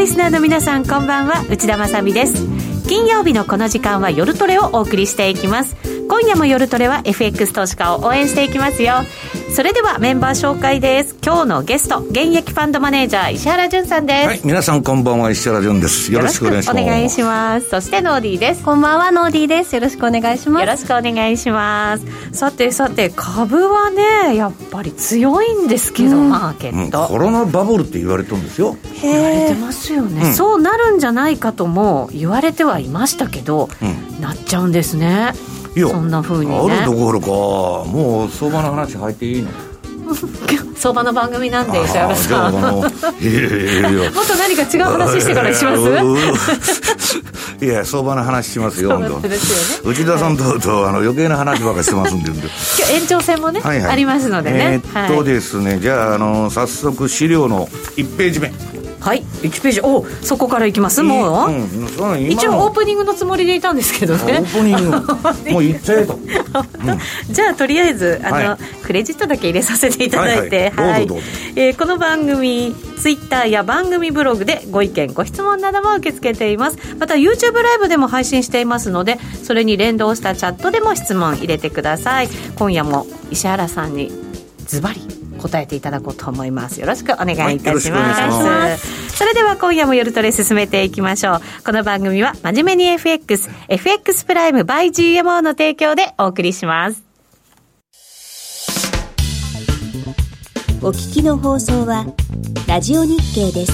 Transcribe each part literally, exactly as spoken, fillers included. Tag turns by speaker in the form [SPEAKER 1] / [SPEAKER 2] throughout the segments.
[SPEAKER 1] リスナーの皆さん、こんばんは。内田まさみです。金曜日のこの時間は夜トレをお送りしていきます。今夜も夜トレは エフエックス 投資家を応援していきますよ。それではメンバー紹介です。今日のゲスト、現役ファンドマネージャー石原潤さんです。
[SPEAKER 2] はい、皆さんこんばんは、石原潤です。よろしくお願いします。
[SPEAKER 1] よろしくお願いします。そしてノーディーです。
[SPEAKER 3] こんばんは、ノーディーです。よろしくお願いします。
[SPEAKER 1] よろしくお願いします。さてさて、株はねやっぱり強いんですけど、うん、マーケット、
[SPEAKER 2] うん、コロナバブルって言われてるんですよ。
[SPEAKER 1] 言われてますよね、うん、そうなるんじゃないかとも言われてはいましたけど、うん、なっちゃうんですね。
[SPEAKER 2] いや、
[SPEAKER 1] そんな風にね、
[SPEAKER 2] あるところか。もう相場の話入っていいの？
[SPEAKER 1] 相場の番組なんで石原さん、もっと何か違う話してからしますいや、相場の話しますよ。本当ですよね。内田さんと、はい、とあの余計な話ばっかりしてますんで今日延長戦もね、はいはい、ありますのでね。
[SPEAKER 2] えー、っとですね、はい、じゃあ、あの早速資料のいちページ目。
[SPEAKER 1] はい、いちページ、お、そこからいきます。もう、うん、そう一応オープニングのつもりでいたんですけどね。
[SPEAKER 2] オープニングもう言っちゃえと、うん、
[SPEAKER 1] じゃあとりあえずあの、はい、クレジットだけ入れさせていただいて、はいはい、どうぞどうぞ。えー、この番組ツイッターや番組ブログでご意見ご質問なども受け付けています。また YouTube ライブでも配信していますので、それに連動したチャットでも質問入れてください。今夜も石原さんにズバリ答えていただこうと思います。よろしくお願いいたします。はい、それでは今夜も夜トレ進めていきましょう。この番組は真面目に エフエックス エフエックス プライム by ジーエムオー の提供でお送りします。
[SPEAKER 4] お聞きの放送はラジオ日経です。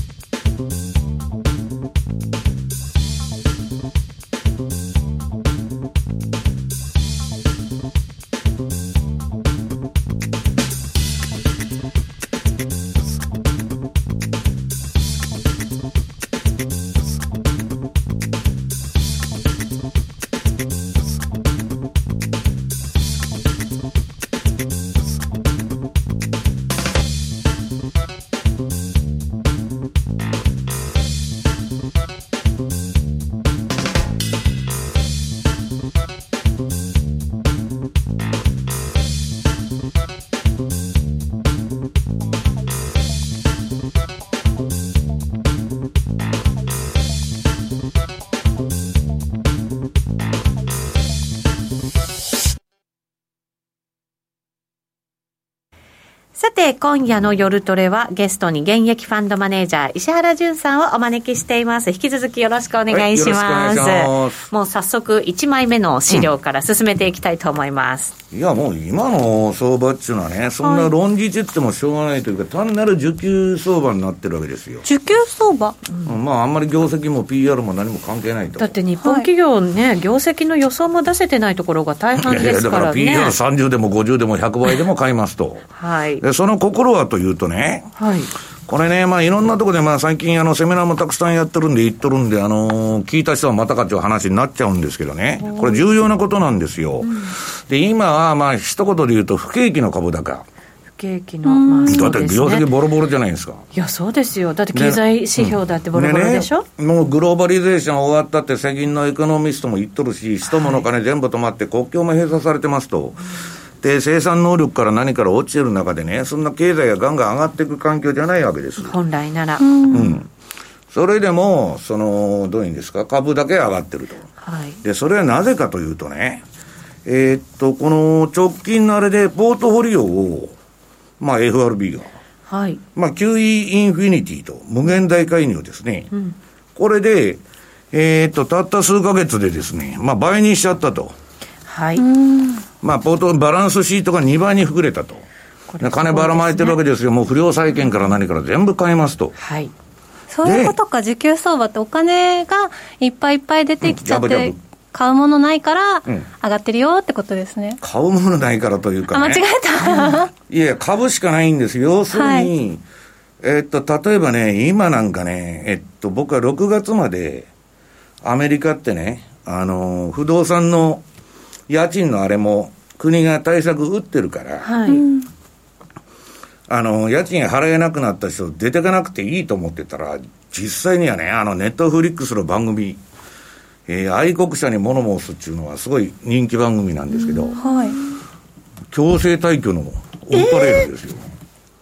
[SPEAKER 1] さて今夜の夜トレはゲストに現役ファンドマネージャー石原潤さんをお招きしています。引き続きよろしくお願いします。はい、よろしくお願いします。もう早速いちまいめの資料から進めていきたいと思います。
[SPEAKER 2] うん、いやもう今の相場っていうのはね、そんな論じてってもしょうがないというか、はい、単なる需給相場になってるわけですよ。
[SPEAKER 1] 需給相場、
[SPEAKER 2] うん、まああんまり業績も ピーアール も何も関係ないと。
[SPEAKER 1] だって日本企業ね、はい、業績の予想も出せてないところが大半ですからね。いやいやだから ピーアールさんじゅう でもごじゅうでもひゃくばいでも買いますと。はい。でその心はというとね、はい、これね、まあいろんなところでまあ最近あのセミナーもたくさんやってるんで言っとるんで、あのー、聞いた人はまたかっていう話になっちゃうんですけどね、これ重要なことなんですよ。うん、で今はまあ一言で言うと不景気の株高。 不景気の、まあそうですね、
[SPEAKER 2] だって業績ボロボロじゃないですか。
[SPEAKER 1] いやそうですよ。だって経済指標だってボロボロでしょ。
[SPEAKER 2] ね、もうグローバリゼーション終わったって世銀のエコノミストも言っとるし、人もの金全部止まって国境も閉鎖されてますと。うんで生産能力から何から落ちてる中でね、そんな経済がガンガン上がっていく環境じゃないわけです。
[SPEAKER 1] 本来なら、
[SPEAKER 2] うん、うん、それでもそのどういうんですか、株だけ上がってると、はい、でそれはなぜかというとね、えー、っとこの直近のあれでポートフォリオをまあ エフアールビー が、はい、まあ キューイー インフィニティと無限大介入ですね、うん、これでえー、っとたった数ヶ月でですね、まあ倍にしちゃったと。はい、まあ、ポートバランスシートがにばいに膨れたと。ね、金ばらまいてるわけですよ。もう不良債権から何から全部買いますと。はい。
[SPEAKER 3] そういうことか。需給相場ってお金がいっぱいいっぱい出てきちゃって、うん、ジャブジャブ買うものないから上がってるよってことですね。うん、
[SPEAKER 2] 買うものないからというかね。
[SPEAKER 3] あ、間違えた。
[SPEAKER 2] いや、株しかないんですよ。要するに、はい、えー、っと、例えばね、今なんかね、えっと、僕はろくがつまでアメリカってね、あの、不動産の家賃のあれも国が対策打ってるから、はい、あの家賃払えなくなった人出てかなくていいと思ってたら、実際にはね、あのネットフリックスの番組、えー、愛国者に物申すっていうのはすごい人気番組なんですけど、うん、はい、強制退去のオンパレードですよ。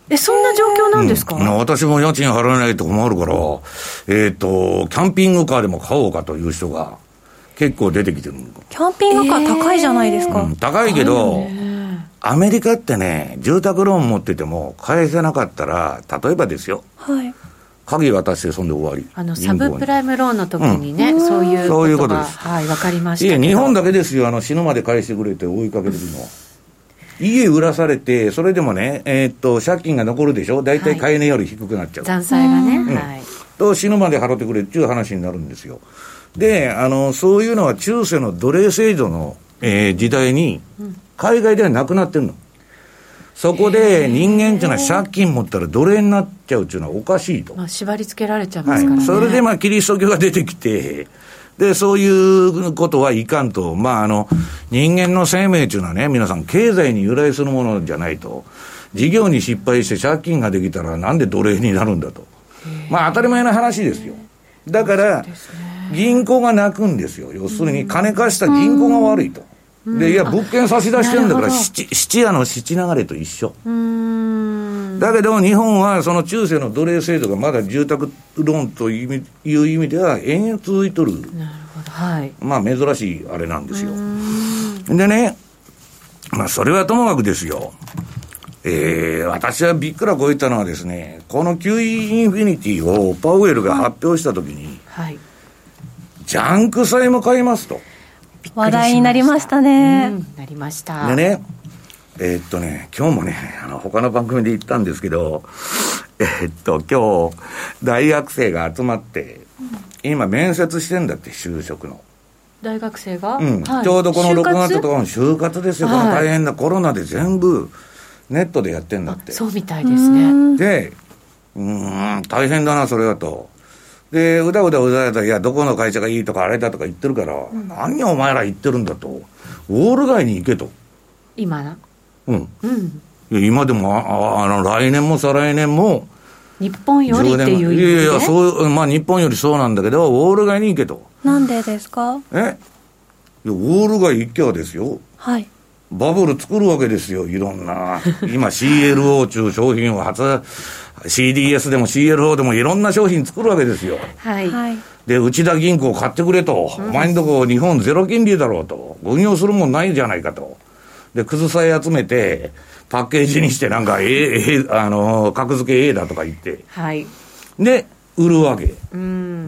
[SPEAKER 1] え、そんな状況なんですか？
[SPEAKER 2] うん、私も家賃払えないと困るから、えっと、キャンピングカーでも買おうかという人が結構出てきてる。
[SPEAKER 3] キャンピングカー高いじゃないですか。
[SPEAKER 2] えーうん、高いけど、アメリカってね、住宅ローン持ってても返せなかったら、例えばですよ。はい。鍵渡してそんで終わり。
[SPEAKER 1] あのサブプライムローンの時にね、うん、そういうことが、そういうことです。はい、わかりました。
[SPEAKER 2] いや、日本だけですよ。あの死ぬまで返してくれて追いかけてるのは。家売らされて、それでもね、えー、っと借金が残るでしょ。大体買い値より低くなっちゃう。
[SPEAKER 1] 残債がね、うん、はい。
[SPEAKER 2] と死ぬまで払ってくれっていう話になるんですよ。で、あのそういうのは中世の奴隷制度の、えー、時代に海外ではなくなってるの。そこで人間っていうのは借金持ったら奴隷になっちゃうっていうのはおかしいと、
[SPEAKER 1] まあ、縛り付けられちゃいますからね、
[SPEAKER 2] はい、それでまあキリスト教が出てきて、でそういうことはいかんと、まあ、あの人間の生命っていうのはね、皆さん経済に由来するものじゃないと、事業に失敗して借金ができたらなんで奴隷になるんだと、まあ当たり前の話ですよ。だから銀行が泣くんですよ。要するに金貸した銀行が悪いと。で、いや、物件差し出してるんだから、七、七夜の七流れと一緒。うーん。だけど、日本はその中世の奴隷制度がまだ住宅ローンという意味、いう意味では延々続いとる。なるほど。はい。まあ、珍しいあれなんですよ。でね、まあ、それはともかくですよ。えー、私はびっくらこいたのはですね、この キューイー インフィニティをパウエルが発表したときに、はい。ジャンク債も買いますと。
[SPEAKER 3] 話題になりましたね、うん、
[SPEAKER 1] なりました。
[SPEAKER 2] でね、えー、っとね今日もね、あの他の番組で言ったんですけど、えー、っと今日大学生が集まって、うん、今面接してんだって、就職の
[SPEAKER 1] 大学生が、
[SPEAKER 2] うんはい、ちょうどこのろくがつとかの就活ですよ、はい、この大変なコロナで全部ネットでやってんだって。
[SPEAKER 1] そうみたいですね。
[SPEAKER 2] で、うーん大変だなそれだと。で、うだうだうだうだ、いや、どこの会社がいいとかあれだとか言ってるから、うん、何お前ら言ってるんだと。ウォール街に行けと。
[SPEAKER 1] 今な。
[SPEAKER 2] うん。うん。いや今でもあ、あの、来年も再来年も。
[SPEAKER 1] 日本よりっていう意味で。
[SPEAKER 2] いやいや、そう、まあ日本よりそうなんだけど、ウォール街に行けと。
[SPEAKER 3] なんでですか？
[SPEAKER 2] えいや、ウォール街行けばですよ。はい。バブル作るわけですよ、いろんな。今 シーエルオー 中商品を発、シーディーエス でも シーエルオー でもいろんな商品作るわけですよ。はい。で、内田銀行買ってくれと。うん、お前んとこ日本ゼロ金利だろうと。運用するもんないじゃないかと。で、くずさえ集めて、パッケージにしてなんか、え、え、あの、格付け A だとか言って。はい。で、売るわけ。うん。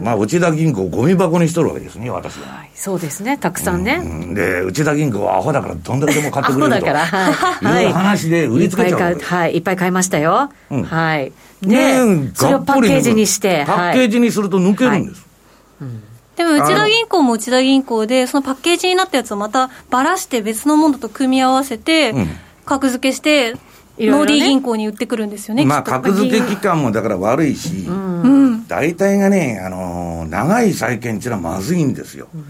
[SPEAKER 2] まあ、内田銀行をゴミ箱にしとるわけですね、私は。はい。
[SPEAKER 1] そうですね、たくさんね。
[SPEAKER 2] うん、で、内田銀行はアホだからどんだけでも買ってくれると。アホだから、はい。いう話で売りつけちゃうわけ。
[SPEAKER 1] はい、いっぱい買いましたよ。うん。はい。で、ね、それをパッケージにして。
[SPEAKER 2] パッケージにすると抜けるんです。はい、うん。
[SPEAKER 3] でも内田銀行も内田銀行で、そのパッケージになったやつをまたばらして別のものと組み合わせて、うん、格付けして、ノーディー銀行に売ってくるんですよね。
[SPEAKER 2] まあ、格付け期間もだから悪いし、うん、大体がね、あのー、長い債券っていうのはまずいんですよ。うん、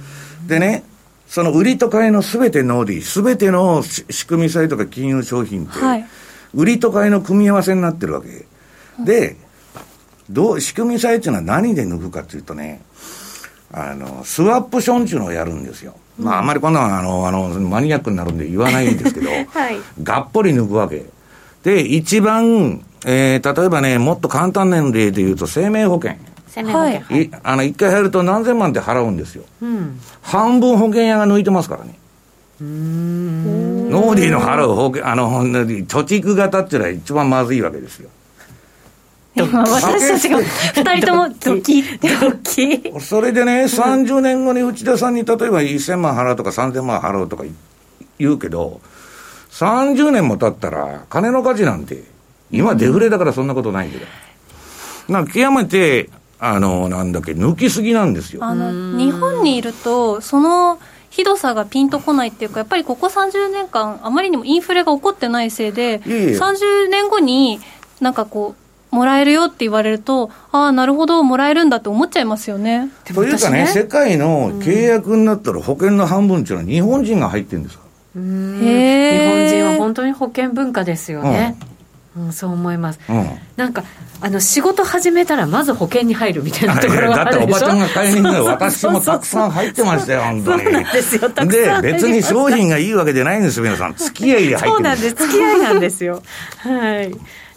[SPEAKER 2] でね、その売りと買いのすべてノーディー、すべての仕組み債とか金融商品って、はい、売りと買いの組み合わせになってるわけ。うん、で、どう、仕組み債っていうのは何で抜くかっていうとね、あの、スワップションっていうのをやるんですよ。うん、まあ、あんまりこんなの、あの、あの、マニアックになるんで言わないんですけど、はい、がっぽり抜くわけ。で、一番、えー、例えばね、もっと簡単な例で言うと、生命保険。
[SPEAKER 1] 生命保険。
[SPEAKER 2] はい。あの、一回入ると何千万って払うんですよ。うん。半分保険屋が抜いてますからね。うーん。ノーディーの払う保険、あの、貯蓄型っていうのは一番まずいわけですよ。
[SPEAKER 3] 今私たちがふたりともドキッドキ
[SPEAKER 2] それでね、さんじゅうねんごに内田さんに例えばせんまん払うとかさんぜんまん払うとか言うけど、さんじゅうねんも経ったら金の価値なんて今デフレだからそんなことないけど、うん、なんか極めてあのなんだっけ抜きすぎなんですよ。
[SPEAKER 3] あの日本にいるとそのひどさがピンとこないっていうか、やっぱりここさんじゅうねんかんあまりにもインフレが起こってないせいで、いやいやさんじゅうねんごになんかこうもらえるよって言われると、ああなるほどもらえるんだって思っちゃいますよね。
[SPEAKER 2] というかね、世界の契約になったら保険の半分っていうのは日本人が入ってるんですか。
[SPEAKER 1] うーん、へ日本人は本当に保険文化ですよね、うんうん、そう思います、うん、なんかあの仕事始めたらまず保険に入るみたいなところがあるでしょ。だっておばちゃんが買いに行くの私もたくさん入ってましたよ本当に。そうなんですよ、たくさん
[SPEAKER 2] で別に商品がいいわけじゃないんですよ皆さん、付き合いで入ってる。
[SPEAKER 1] そうなんです、付き合いなんですよはい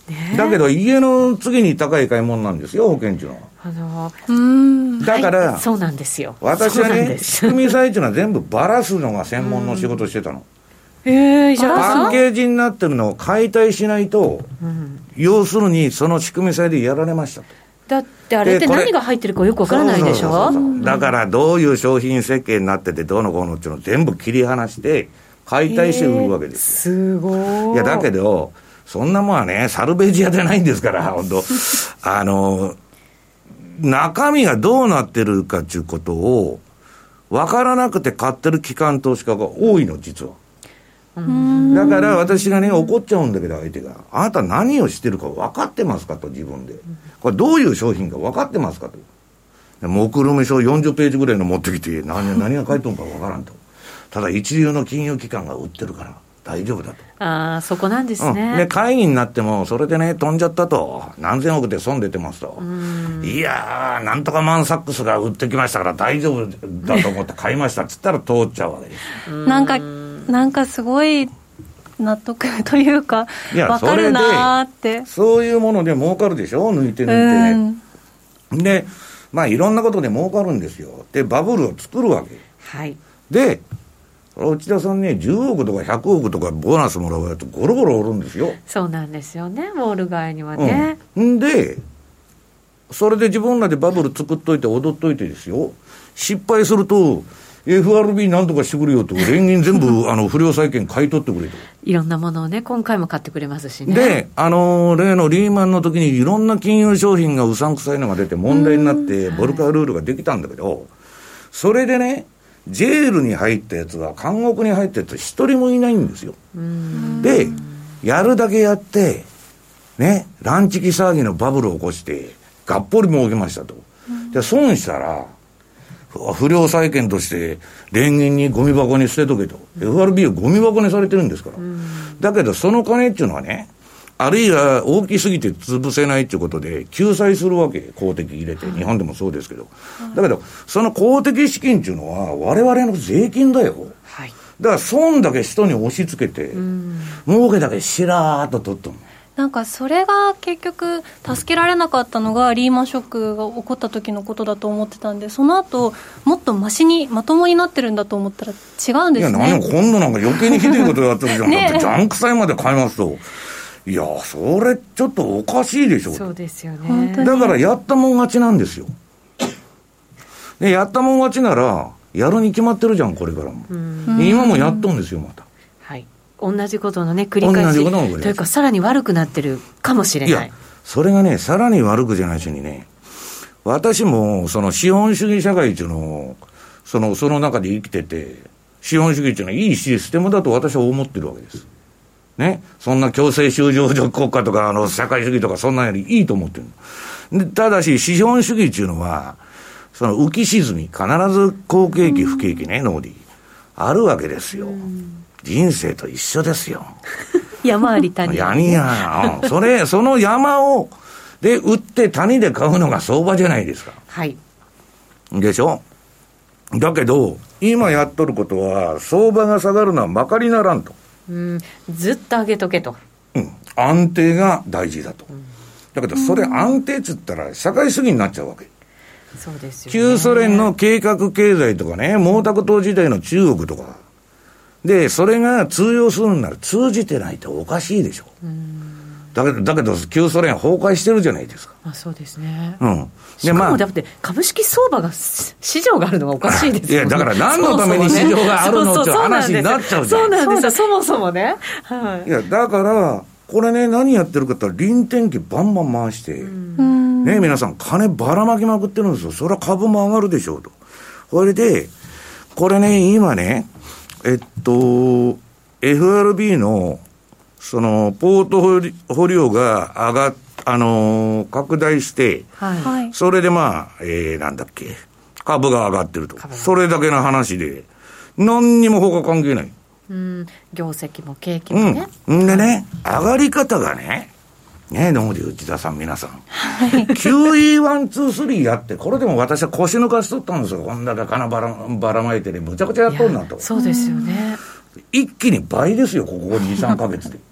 [SPEAKER 2] ね、だけど家の次に高い買い物なんですよ、保険っていうのは。あのー、うーんだから、
[SPEAKER 1] はい、そうなんですよ。
[SPEAKER 2] 私はね、仕組み債っていうのは全部バラすのが専門の仕事してたの。
[SPEAKER 1] えー、じゃあ
[SPEAKER 2] パッケージになってるのを解体しないと、うん、要するにその仕組み債でやられましたと。
[SPEAKER 1] だってあれって何が入ってるかよくわからないでしょ。
[SPEAKER 2] だからどういう商品設計になっててどうのこうのっていうのを全部切り離して解体して売るわけですよ。
[SPEAKER 1] すごい。
[SPEAKER 2] いやだけどそんなもんはねサルベージ屋じゃないんですから本当あの中身がどうなってるかっていうことを分からなくて買ってる機関投資家が多いの実は。うんだから私がね怒っちゃうんだけど相手があなた何をしてるか分かってますかと自分でこれどういう商品か分かってますかと目論見書よんじゅうページぐらいの持ってきて 何, 何が書いてるのか分からんとただ一流の金融機関が売ってるから大丈夫だと。
[SPEAKER 1] ああそこなんですね、
[SPEAKER 2] うん、で会議になってもそれでね飛んじゃったと何千億で損出てますといやーなんとかマンサックスが売ってきましたから大丈夫だと思って買いましたっつったら通っちゃうわけです
[SPEAKER 3] なんかなんかすごい納得というか分かるなーって
[SPEAKER 2] そういうもので儲かるでしょ抜いて抜いてね、うん、でまあいろんなことで儲かるんですよ。でバブルを作るわけ、
[SPEAKER 1] はい、で
[SPEAKER 2] 内田さんねじゅうおくとかひゃくおくとかボーナスもらうやつゴロゴロおるんですよ。
[SPEAKER 1] そうなんですよねウォール街にはね、
[SPEAKER 2] うん、でそれで自分らでバブル作っといて踊っといてですよ失敗するとエフアールビー なんとかしてくれよと連銀全部あの不良債権買い取ってくれと
[SPEAKER 1] いろんなものをね今回も買ってくれますしね。
[SPEAKER 2] であの例のリーマンの時にいろんな金融商品がうさんくさいのが出て問題になってボルカールールができたんだけど、はい、それでねジェールに入ったやつが監獄に入ったやつ一人もいないんですよ。うんでやるだけやってねランチキ騒ぎのバブルを起こしてがっぽり儲けましたと。で損したら不良債権として連銀にゴミ箱に捨てとけと、うん、エフアールビー をゴミ箱にされてるんですから、うん、だけどその金っていうのはねあるいは大きすぎて潰せないっていうことで救済するわけ公的入れて、うん、日本でもそうですけど、うん、だけどその公的資金っていうのは我々の税金だよ、はい、だから損だけ人に押し付けて、うん、儲けだけしらーっと取ったの。
[SPEAKER 3] なんかそれが結局助けられなかったのがリーマンショックが起こった時のことだと思ってたんでその後もっとマシにまともになってるんだと思ったら違うんですね。
[SPEAKER 2] いや何も今度なんか余計にひどいことやってるじゃん、ね、だってジャンク債まで買いますといやそれちょっとおかしいでしょ。
[SPEAKER 1] そうですよね。
[SPEAKER 2] だからやったもん勝ちなんですよ。でやったもん勝ちならやるに決まってるじゃんこれからも。今もやっとんですよまた。
[SPEAKER 1] 同じことのね繰り返しというかさらに悪くなってるかもしれない。いや
[SPEAKER 2] それがねさらに悪くじゃないしにね私もその資本主義社会っていうのをそのその中で生きてて資本主義っていうのはいいシステムだと私は思ってるわけですね。そんな強制収容所国家とかあの社会主義とかそんなよりいいと思ってるでただし資本主義っていうのはその浮き沈み必ず好景気不景気ねノーディあるわけですよ。人生と一緒ですよ
[SPEAKER 1] 山あり谷
[SPEAKER 2] ありやそれその山をで売って谷で買うのが相場じゃないですか。
[SPEAKER 1] はい
[SPEAKER 2] でしょ。だけど今やっとることは相場が下がるのはまかりならんと。
[SPEAKER 1] うんずっと上げとけと、
[SPEAKER 2] うん、安定が大事だと、うん、だけどそれ安定っつったら社会主義になっちゃうわけ。
[SPEAKER 1] そうですよね。
[SPEAKER 2] 旧ソ連の計画経済とかね毛沢東時代の中国とかでそれが通用するんなら通じてないとおかしいでしょ。うんだけどだけど旧ソ連崩壊してるじゃないですか。
[SPEAKER 1] あそうですね、
[SPEAKER 2] うん、
[SPEAKER 1] しかもだって株式相場が市場があるのがおかしいですよね。
[SPEAKER 2] いやだから何のために市場があるのっていう話になっちゃうじゃん。
[SPEAKER 1] そうなんですよそもそもね、はい、
[SPEAKER 2] いやだからこれね何やってるかって言ったら臨転機バンバン回して、うんね、皆さん金ばらまきまくってるんですよ。それは株も上がるでしょうと。それでこれね今ねえっと エフアールビー のそのポートフォリオが上がっあのー、拡大して、はい、それでまあ、えー、なんだっけ株が上がってるとそれだけの話で何にも他関係ない。
[SPEAKER 1] うん業績も景気もね、
[SPEAKER 2] うんでね上がり方がねねえ野森内田さん皆さん、はい、キューイーワンツースリー やってこれでも私は腰抜かしとったんですよ。こんだけ金ばらばらまいてねむちゃくちゃやっとるなと。
[SPEAKER 1] そうですよね。
[SPEAKER 2] 一気に倍ですよここにさんかげつで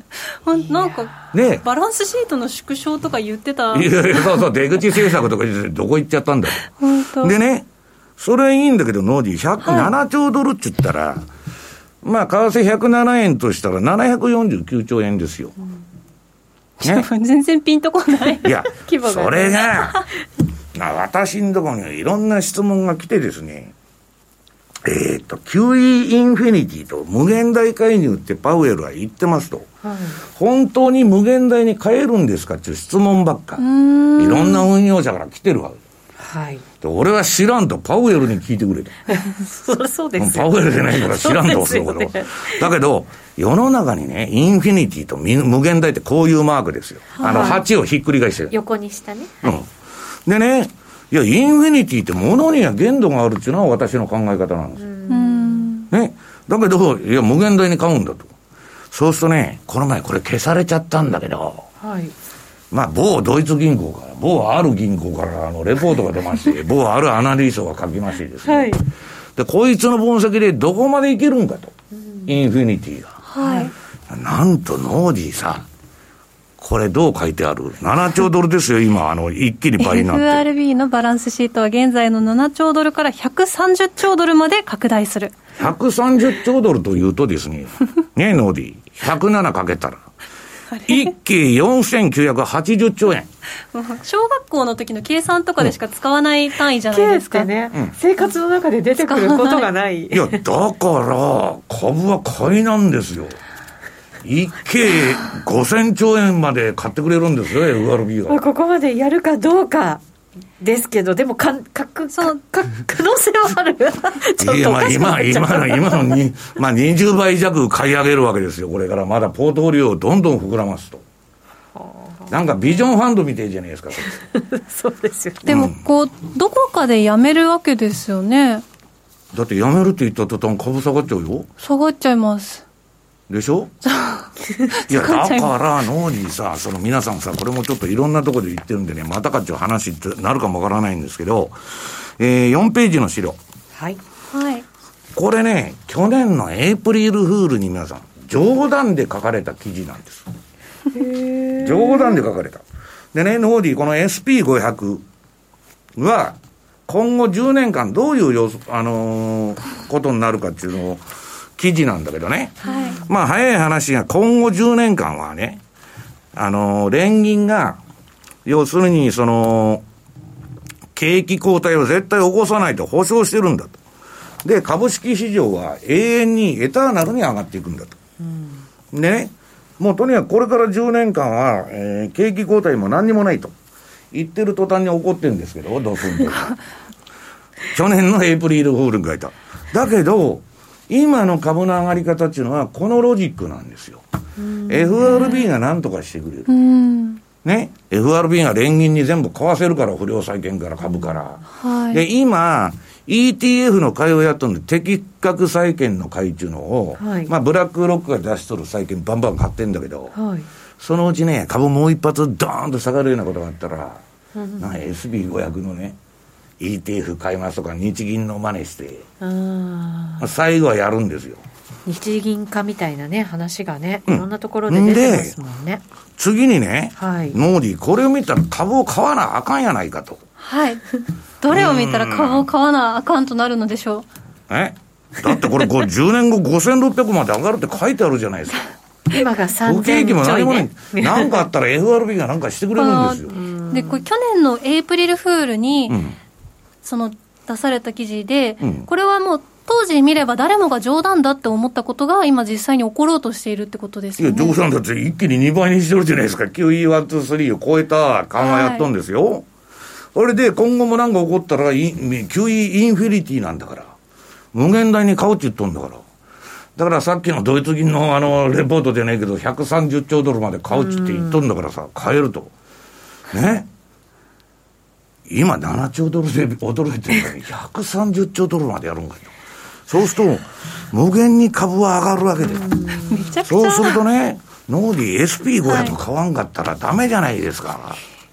[SPEAKER 3] なんか、ね、バランスシートの縮小とか言ってた。
[SPEAKER 2] いやいや、そうそう、出口政策とか言ってどこ行っちゃったんだよ。
[SPEAKER 3] 本当
[SPEAKER 2] でね、それはいいんだけど、ノーディー、ひゃくななちょうドルって言ったら、はい、まあ、為替ひゃくななえんとしたらななひゃくよんじゅうきゅうちょうえんですよ。うん
[SPEAKER 3] ね、全然ピンとこない。
[SPEAKER 2] いや、それが、私のところにはいろんな質問が来てですね、えっと、キューイー インフィニティと無限大介入ってパウエルは言ってますと。はい、本当に無限大に変えるんですかっていう質問ばっか。いろんな運用者から来てるわけ。はい。で俺は知らんと、パウエルに聞いてくれと。
[SPEAKER 1] そりゃそうですよ。
[SPEAKER 2] パウエルじゃないから知らんと、そうですよね。だけど、世の中にね、インフィニティと無限大ってこういうマークですよ。はい、あの、はちをひっくり返してる。
[SPEAKER 1] 横にしたね。
[SPEAKER 2] はい、うん。でね、いや、インフィニティって物には限度があるっていうのは私の考え方なんですよ。うんね。だけど、いや、無限大に買うんだと。そうするとね、この前これ消されちゃったんだけど、はい。まあ、某ドイツ銀行から、某ある銀行から、あの、レポートが出まして、某あるアナリストが書きましてですね。はい。で、こいつの分析でどこまでいけるんかと。うん、インフィニティが。はい。なんと、ノーディーさ、これどう書いてある ?ななちょうドルですよ、今、あの、一気に倍になって。
[SPEAKER 3] エフアールビー のバランスシートは現在のななちょうドルからひゃくさんじゅっちょうドルまで拡大する。
[SPEAKER 2] ひゃくさんじゅっちょうドルというとですね、ね、ノーディー、ひゃくななかけたら、一気よんせんきゅうひゃくはちじゅっちょうえん。
[SPEAKER 3] 小学校の時の計算とかでしか使わない単位じゃないですか。
[SPEAKER 1] うん、ね、うん、生活の中で出てくることがない。
[SPEAKER 2] いや、だから株は買いなんですよ。一気ごせんちょうえんまで買ってくれるんですよ、エフアールビー が。
[SPEAKER 1] ここまでやるかどうかですけど、でもかかかそのか可能性はある。ちょっとおかしくなっちゃった。
[SPEAKER 2] 今の今のに、まあ、にじゅうばい弱買い上げるわけですよ。これからまだポートフォリオをどんどん膨らますと。なんかビジョンファンドみたいじゃないですか。
[SPEAKER 1] そうですよね。
[SPEAKER 3] でもこうどこかでやめるわけですよね。
[SPEAKER 2] だってやめるって言った途端株下がっちゃうよ。
[SPEAKER 3] 下がっちゃいます。
[SPEAKER 2] でしょいや、だからノーディーさ、その皆さんさ、これもちょっといろんなところで言ってるんでね、またかっちゅう話ってなるかもわからないんですけど、えー、よんページの資料。
[SPEAKER 1] はい。
[SPEAKER 3] はい。
[SPEAKER 2] これね、去年のエイプリルフールに皆さん、冗談で書かれた記事なんです。へー。冗談で書かれた。でね、ノーディー、この エスピーごひゃく は、今後じゅうねんかんどういう、あのー、ことになるかっていうのを、記事なんだけどね。はい。まあ、早い話が今後じゅうねんかんはね、あのー、連銀が、要するに、その、景気後退を絶対起こさないと保証してるんだと。で、株式市場は永遠にエターナルに上がっていくんだと。うん、でね、もうとにかくこれからじゅうねんかんは、えー、景気後退も何にもないと。言ってる途端に起こってるんですけど、どうするんだ去年のエイプリルフールに書いた。だけど、今の株の上がり方っていうのはこのロジックなんですよ。エフアールビー が何とかしてくれる。ね。エフアールビー が連銀に全部買わせるから、不良債権から株から。はい、で、今、イーティーエフ の買いをやっとるんで、適格債権の買いっていうのを、はい、まあ、ブラックロックが出しとる債権バンバン買ってんだけど、はい、そのうちね、株もう一発ドーンと下がるようなことがあったら、うん、なんか エスビーごひゃく のね、イーティーエフ 買いますとか日銀の真似してあ最後はやるんですよ。
[SPEAKER 1] 日銀化みたいなね話がね、いろんなところで出てますもんね。
[SPEAKER 2] 次にね、はい、ノーディーこれを見たら株を買わなあかんやないかと。
[SPEAKER 3] はい。どれを見たら株を買わなあかんとなるのでしょう。
[SPEAKER 2] えだってこれこうじゅうねんごごせんろっぴゃくまで上がるって書いてあるじゃないですか。
[SPEAKER 1] 今がさんぜんちょい、ね、不景気も何もない。
[SPEAKER 2] 何かあったら エフアールビー が何かしてくれるんですよ。
[SPEAKER 3] でこれ去年のエイプリルフールに、うんその出された記事で、うん、これはもう当時見れば誰もが冗談だって思ったことが今実際に起ころうとしているってことですよね。
[SPEAKER 2] いや冗談だって一気ににばいにしてるじゃないですか。 キューイーワンツースリー を超えた緩和やったんですよ、はい、それで今後も何か起こったら キューイー インフィニティなんだから無限大に買うって言っとんだから。だからさっきのドイツ銀のあのレポートじゃないけどひゃくさんじゅっちょうドルまで買うって言っとんだからさ買えるとね。今ななちょうドルで驚いてるからひゃくさんじゅっちょうドルまでやるんかよ。そうすると無限に株は上がるわけで、
[SPEAKER 3] めちゃくちゃ
[SPEAKER 2] そうするとねノーディー エスピーごひゃく 買わんかったらダメじゃないですか、
[SPEAKER 3] まあ、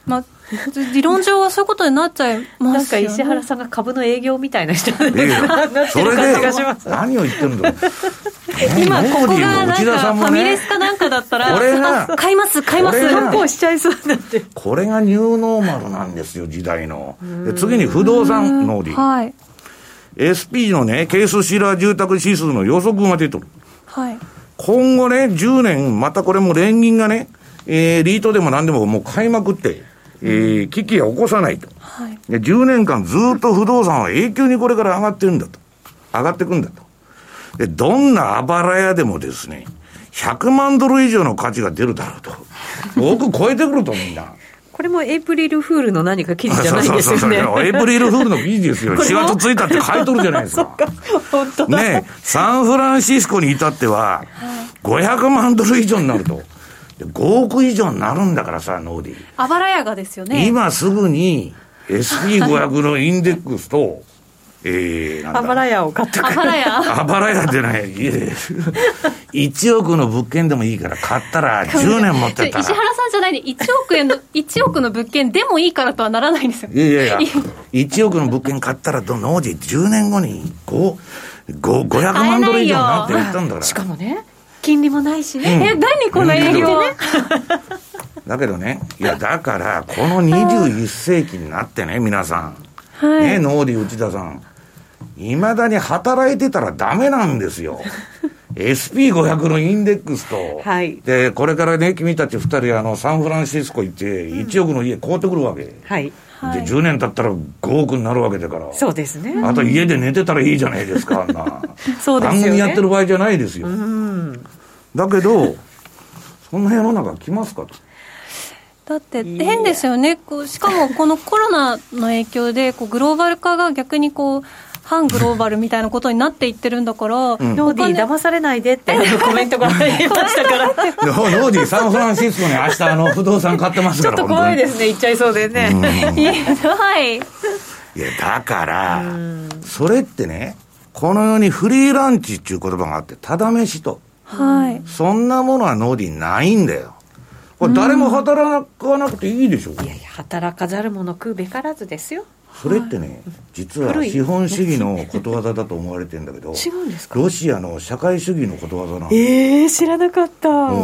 [SPEAKER 3] 理論上はそういうことになっちゃいますよね。
[SPEAKER 1] なんか石原さんが株の営業みたいな人に
[SPEAKER 2] なってる感じがします。何を言ってるんだろう
[SPEAKER 3] 今ここがなんかファミレスかなんかだったら
[SPEAKER 2] これが
[SPEAKER 3] 買います買います
[SPEAKER 1] 反抗しちゃいそうになって、
[SPEAKER 2] これがニューノーマルなんですよ、時代の。で次に不動産ノーディー、はい、エスピー のねケースシラー住宅指数の予測が出てる、はい、今後ねじゅうねんまたこれも連銀がね、えー、リートでも何でももう買いまくって、えー、危機は起こさないと、はい、でじゅうねんかんずっと不動産は永久にこれから上がってるんだと、上がってくんだと。でどんなあばら屋でもですねひゃくまんドル以上の価値が出るだろうと僕超えてくるとみんな
[SPEAKER 1] これもエイプリルフールの何か記事じゃないですよね。そうそうそう
[SPEAKER 2] エイプリルフールの記事ですよ。しがつついたって書いとるじゃないですか。
[SPEAKER 1] 本当だ
[SPEAKER 2] ね、サンフランシスコに至ってはごひゃくまんドル以上になるとごおく以上になるんだからさ、ノーディー
[SPEAKER 3] あばら屋がですよね。
[SPEAKER 2] 今すぐに エスピーごひゃく のインデックスとえー、なんだ
[SPEAKER 1] あばら屋を買ってくる。
[SPEAKER 3] あばら屋
[SPEAKER 2] あばら屋ってない。いちおくの物件でもいいから買ったらじゅうねん持ってたら。
[SPEAKER 3] 石原さんじゃないでいちおくえんのいちおくの物件でもいいからとはならないんですよ。
[SPEAKER 2] いやいやいやいちおくの物件買ったらノーディじゅうねんごにごひゃくまんドル以上になって言ったんだから。
[SPEAKER 1] しかもね金利もないしね、
[SPEAKER 3] うん、え何この営業、ね、
[SPEAKER 2] だけどね、いやだからこのにじゅういっせいきになってね皆さん、
[SPEAKER 3] はい、
[SPEAKER 2] ねノーディ内田さんいまだに働いてたらダメなんですよエスピーごひゃく のインデックスと、はい、でこれからね君たちふたりあのサンフランシスコ行っていちおくの家買うてくるわけ、うん、
[SPEAKER 1] はい
[SPEAKER 2] でじゅうねん経ったらごおくになるわけだから。
[SPEAKER 1] そうですね。
[SPEAKER 2] あと家で寝てたらいいじゃないですか、あんな
[SPEAKER 1] そうですよね、
[SPEAKER 2] 番組やってる場合じゃないですよ。うんだけどそんな世の中来ますかと。
[SPEAKER 3] だって変ですよね。こうしかもこのコロナの影響でこうグローバル化が逆にこう反グローバルみたいなことになっていってるんだから、うん、
[SPEAKER 1] ノーディー騙されないでってコメントが入りましたからノ
[SPEAKER 2] ーディーサンフランシスコに明日あの不動産買ってますから
[SPEAKER 1] ちょっと怖いですね言っちゃいそうでね、うん、
[SPEAKER 3] はいいや
[SPEAKER 2] だからそれってねこのようにフリーランチっていう言葉があってただ飯と、はい、そんなものはノーディーないんだよ。これ誰も働かなくていいでしょ。
[SPEAKER 1] いやいや働かざる者食うべからずですよ。
[SPEAKER 2] それってね、実は資本主義のことわざだと思われてるんだけど
[SPEAKER 1] 違うんですか。
[SPEAKER 2] ロシアの社会主義のことわざなの。
[SPEAKER 1] えー、知らなかった、
[SPEAKER 2] うん、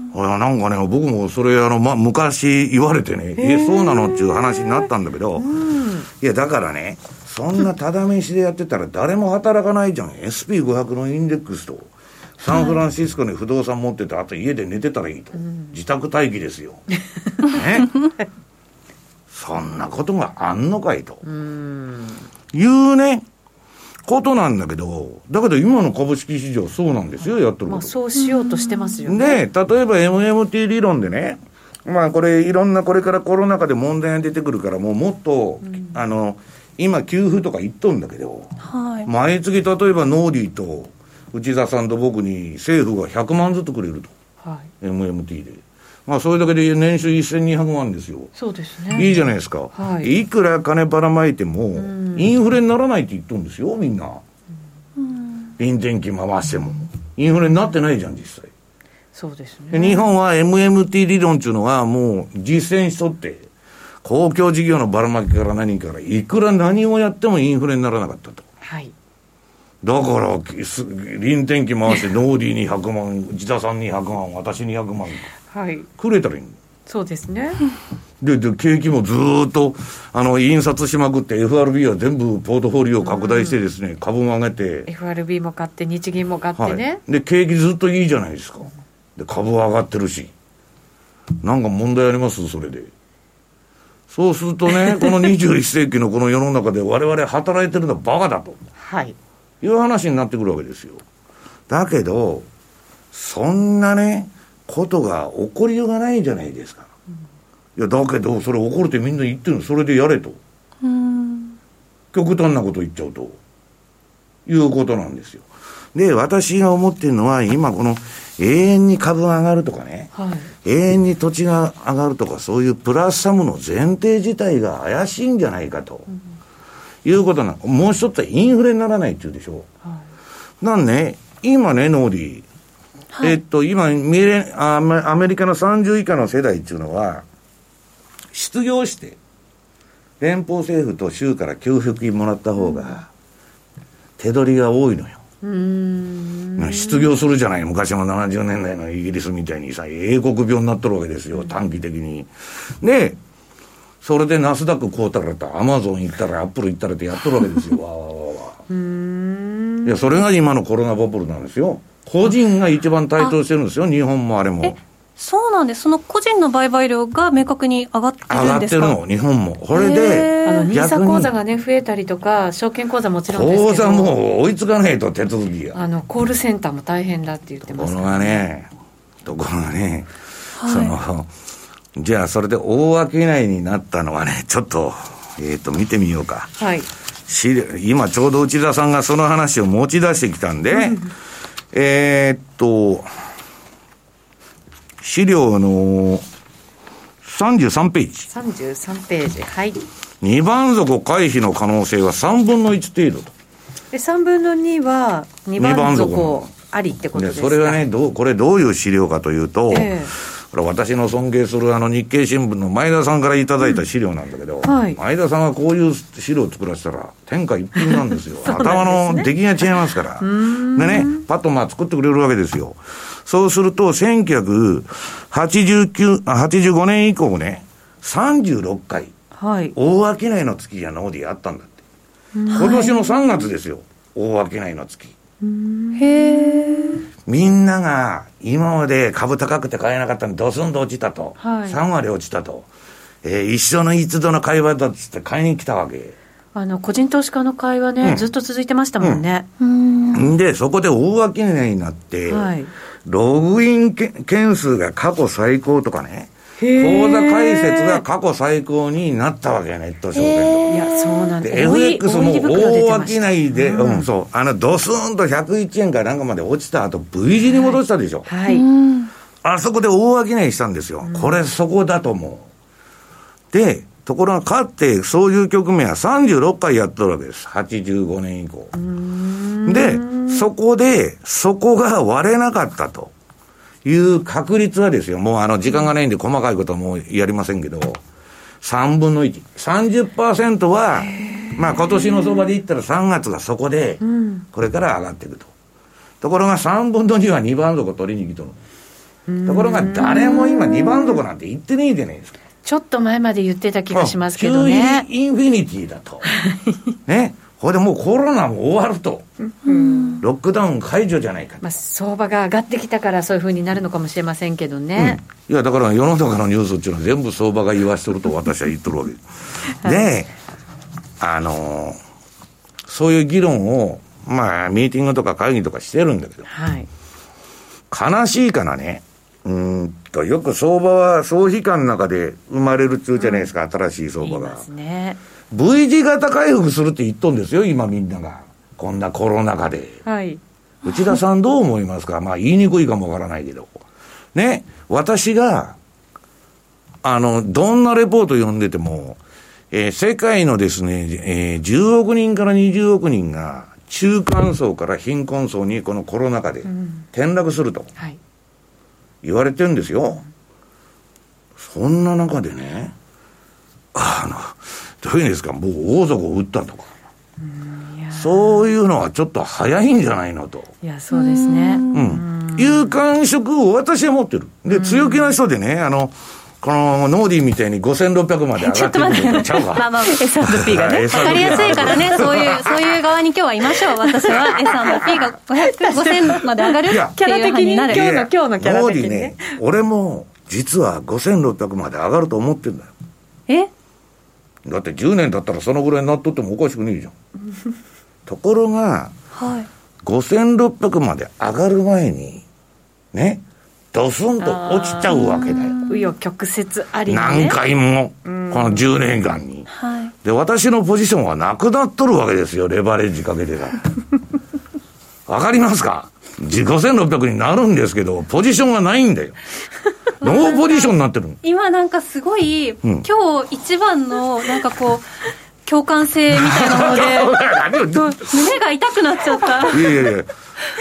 [SPEAKER 2] なんかね僕もそれあの、ま、昔言われてねえー、そうなのっていう話になったんだけど、うん、いやだからねそんなただ飯でやってたら誰も働かないじゃんエスピーごひゃく のインデックスとサンフランシスコに不動産持っててあと家で寝てたらいいと、うん、自宅待機ですよ、ねそんなことがあんのかいとうんいうねことなんだけど、だけど今の株式市場そうなんですよ、やってること、
[SPEAKER 1] まあ、そうしようとしてますよね。
[SPEAKER 2] で例えば エムエムティー 理論でね、まあこれいろんなこれからコロナ禍で問題が出てくるからもうもっと、うん、あの今給付とか言っとんだけど、はい、毎月例えばノーディーと内田さんと僕に政府がひゃくまんずつくれると、はい、エムエムティー でまあそれだけで年収せんにひゃくまんですよ。
[SPEAKER 1] そうですね。
[SPEAKER 2] いいじゃないですか。はい、いくら金ばらまいてもインフレにならないって言っとるんですよみんな。臨転機回してもインフレになってないじゃん実際。
[SPEAKER 1] そうですね。
[SPEAKER 2] 日本は エムエムティー 理論っていうのはもう実践しとって公共事業のばらまきから何からいくら何をやってもインフレにならなかったと。
[SPEAKER 1] はい。
[SPEAKER 2] だから臨転機回してノーディーにひゃくまん内田さんにひゃくまん私にひゃくまん
[SPEAKER 1] はい、
[SPEAKER 2] くれたらいい。
[SPEAKER 1] そうですね。
[SPEAKER 2] で、で景気もずっとあの印刷しまくって エフアールビー は全部ポートフォリオを拡大してですね、うん、株も上げて
[SPEAKER 1] エフアールビー も買って日銀も買ってね、はい、
[SPEAKER 2] で景気ずっといいじゃないですか。で株は上がってるしなんか問題ありますそれで。そうするとねこのにじゅういっせいきのこの世の中で我々働いてるのはバカだと、はい、いう話になってくるわけですよ。だけどそんなねことが起こりようがないじゃないですか、うん、いやだけどそれ起こるってみんな言ってるのそれでやれと、うん、極端なこと言っちゃうということなんですよ。で私が思ってるのは今この永遠に株が上がるとかね、はい、永遠に土地が上がるとかそういうプラスサムの前提自体が怪しいんじゃないかと、うん、いうことなの。もう一つはインフレにならないっていうでしょ、はい、なんね今ねノーディーはい、えっと今ミレアメリカのさんじゅう以下の世代っていうのは失業して連邦政府と州から給付金もらった方が手取りが多いのよ。うーん、失業するじゃない。昔もななじゅうねんだいのイギリスみたいにさ、英国病になっとるわけですよ、短期的に。でそれでナスダック買うたらと、アマゾン行ったらアップル行ったらってやっとるわけですよ。わーわーわー。うーん、いやそれが今のコロナバブルなんですよ。個人が一番台頭してるんですよ、日本もあれも。
[SPEAKER 3] え、そうなんです。その個人の売買量が明確に上がってるんですか？
[SPEAKER 2] 上がってるの、日本も。これで
[SPEAKER 1] あのニーサ口座がね増えたりとか、証券口座もちろんですけど、
[SPEAKER 2] 口座も追いつかないと手続きが。
[SPEAKER 1] あのコールセンターも大変だって言ってます
[SPEAKER 2] ところがね、ところがね、はい、そのじゃあそれで大商いになったのはね、ちょっとえっと見てみようか。はい。今ちょうど内田さんがその話を持ち出してきたんで、うん、えー、っと資料のさんじゅうさんページ。
[SPEAKER 1] さんじゅうさんページ。はい。
[SPEAKER 2] にばん底回避の可能性はさんぶんのいち程度と。
[SPEAKER 1] でさんぶんのにはにばん底ありってことですか？
[SPEAKER 2] でそれがね、どうこれどういう資料かというと、えーこれ私の尊敬するあの日経新聞の前田さんからいただいた資料なんだけど、うんはい、前田さんがこういう資料を作らせたら天下一品なんですよ。頭の出来が違いますから。でね、パッとまあ作ってくれるわけですよ。そうするとせんきゅうひゃくはちじゅうきゅう、はちじゅうごねん以降ね、さんじゅうろっかい、はい、大商いの月がノーディあったんだって。今年のさんがつですよ、大商いの月。
[SPEAKER 3] へー。
[SPEAKER 2] みんなが今まで株高くて買えなかったのにドスンと落ちたと、はい、さんわり落ちたと、えー、一生の一度の会話だっつって買いに来たわけ。
[SPEAKER 1] あの個人投資家の会話ね、うん、ずっと続いてましたもんね、
[SPEAKER 2] うん、でそこで大商いになって、はい、ログイン件数が過去最高とかね、口座開設が過去最高になったわけよ、ネット証券と。
[SPEAKER 1] いや、そうなんです。
[SPEAKER 2] エフエックス も大商いで、うん、うん、そう、あの、ドスーンとひゃくいちえんからなんかまで落ちた後、V 字に戻したでしょ。はい。はい、あそこで大商いしたんですよ。うん、これそこだと思う。で、ところが勝って、そういう局面はさんじゅうろっかいやっとるわけです。はちじゅうごねん以降。で、そこで、そこが割れなかったと。いう確率はですよ、もうあの時間がないんで細かいことはもうやりませんけど、さんぶんのいち、さんじゅっパーセント はまあ今年の相場で言ったらさんがつがそこでこれから上がっていくと。ところがさんぶんのにはにばん底取りに来とる。ところが誰も今にばん底なんて言ってねえじゃないですか。
[SPEAKER 1] ちょっと前まで言ってた気がしますけどね。
[SPEAKER 2] インフィニティだとね。これでもうコロナも終わると、うん、ロックダウン解除じゃないかと、
[SPEAKER 1] まあ、相場が上がってきたからそういう風になるのかもしれませんけどね、
[SPEAKER 2] うん、いやだから世の中のニュースっていうのは全部相場が言わしとると私は言っとるわけで、はい、あのそういう議論をまあミーティングとか会議とかしてるんだけど、はい、悲しいかなね。うーんとよく相場は総悲観の中で生まれるっちゅうじゃないですか、うん、新しい相場が。言いますね。V 字型回復するって言っとんですよ今みんながこんなコロナ禍で、はい、内田さんどう思いますか？まあ言いにくいかもわからないけどね、私があのどんなレポート読んでても、えー、世界のですね、えー、じゅうおくにんからにじゅうおくにんが中間層から貧困層にこのコロナ禍で転落すると言われてるんですよ、うん、そんな中でね、あのどういうんですか、もう大底を打ったとか、うん、いやそういうのはちょっと早いんじゃないのと。
[SPEAKER 1] いやそうですね、
[SPEAKER 2] うん、いう感触を私は持ってる。で強気な人でね、あのこのノーディーみたいにごせんろっぴゃくまで上がってくるのとちゃうか。
[SPEAKER 3] まあまあ エスアンドピー がね、わかりやすいからね、そういうそういう側に今日はいましょう。私は エスアンドピー がごひゃく、ごせんまで上がるっていう派になる。
[SPEAKER 1] 今日の今日のキャラ的にね。ね、
[SPEAKER 2] 俺も実はごせんろっぴゃくまで上がると思ってるんだよ。
[SPEAKER 3] え？
[SPEAKER 2] だってじゅうねん経ったらそのぐらいになっとってもおかしくねえじゃん。ところが、はい、ごせんろっぴゃくまで上がる前にね、ドスンと落ちちゃうわけだよ。
[SPEAKER 1] 紆余曲折ありね。
[SPEAKER 2] 何回もこのじゅうねんかんに、はい、で私のポジションはなくなっとるわけですよ、レバレッジかけてたわかりますか？ごせんろっぴゃくになるんですけどポジションがないんだよノーポジションになってる。
[SPEAKER 3] 今なんかすごい、うん、今日一番のなんかこう共感性みたいなので胸が痛くなっちゃった。
[SPEAKER 2] いやいやいや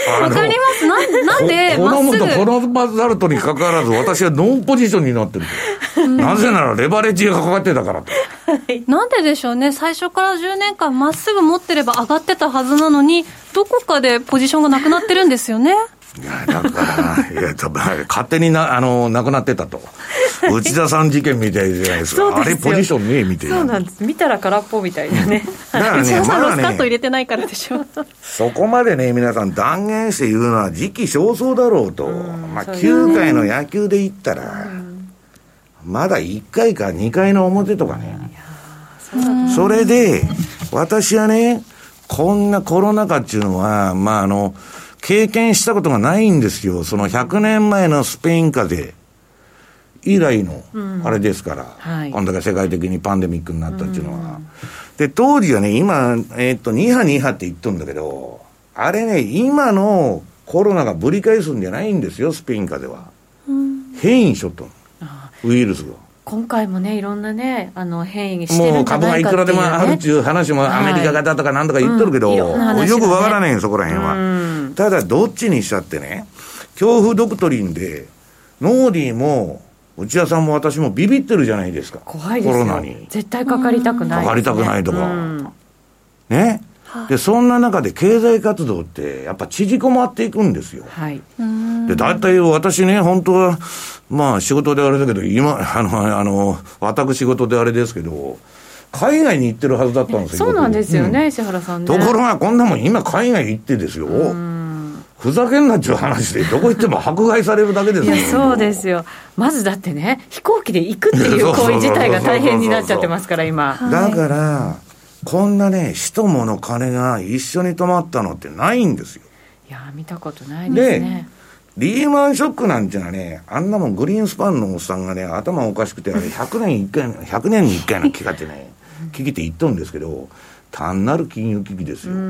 [SPEAKER 3] わかります。なんなんで
[SPEAKER 2] この
[SPEAKER 3] まっすぐ
[SPEAKER 2] このリザルトに関わらず私はノンポジションになってるとなぜならレバレッジがかかってたからと。
[SPEAKER 3] なんででしょうね。最初からじゅうねんかんまっすぐ持ってれば上がってたはずなのに、どこかでポジションがなくなってるんですよね。
[SPEAKER 2] いやだからいや勝手になあのなくなってたと内田さん事件みたいじゃないですか。あれポジションねえみたいな。
[SPEAKER 1] そうなんです。見たら空っぽみたいなね。
[SPEAKER 2] だからね、
[SPEAKER 3] 内田さん
[SPEAKER 2] まだね
[SPEAKER 3] ロスカット入れてないからでしょ。
[SPEAKER 2] そこまでね皆さん断言して言うのは時期尚早だろうと。まあきゅうかいの野球で言ったらまだいっかいかにかいの表とかね。それで私はねこんなコロナ禍っていうのはまああの経験したことがないんですよ。そのひゃくねんまえのスペイン風邪以来のあれですから、うんはい、こんだけ世界的にパンデミックになったっていうのは、うん、で当時はね今、えー、っとに波に波って言っとるんだけどあれね今のコロナがぶり返すんじゃないんですよ。スペイン風邪は、うん、変異しとったのウイルスが。
[SPEAKER 1] 今回もねいろんなねあの変異してるんじゃないかっていう、ね、もう株がいくらでもあるっていう話もアメリカ型とかなんとか言っとるけど、はいうんね、よくわからないよそこら辺は、うん、ただどっちにしたってね恐怖ドクトリンでノーディーも内田さんも私もビビってるじゃないですか。 怖いですよ。コロナに絶対かかりたくない、ね、
[SPEAKER 2] かかりたくないとか、うん、ねでそんな中で経済活動ってやっぱ縮こまっていくんですよ、はい、でだいたい私ね本当はまあ仕事であれだけど今あのあの私事であれですけど海外に行ってるはずだったんですよ。
[SPEAKER 1] そうなんですよね、うん、石原さんね。
[SPEAKER 2] ところがこんなもん今海外行ってですよふざけんなっちゅう話でどこ行っても迫害されるだけですよ。
[SPEAKER 1] いやそうですよ。まずだってね飛行機で行くっていう行為自体が大変になっちゃってますから今。
[SPEAKER 2] だからこんなね人物金が一緒に止まったのってないんですよ。
[SPEAKER 1] いや見たことないですね。
[SPEAKER 2] でリーマンショックなんていうのはねあんなもんグリーンスパンのおっさんがね頭おかしくてあれひゃくねんいっかいひゃくねんにいっかいの危機ってね危機って言っとるんですけど単なる金融危機ですよ、うん、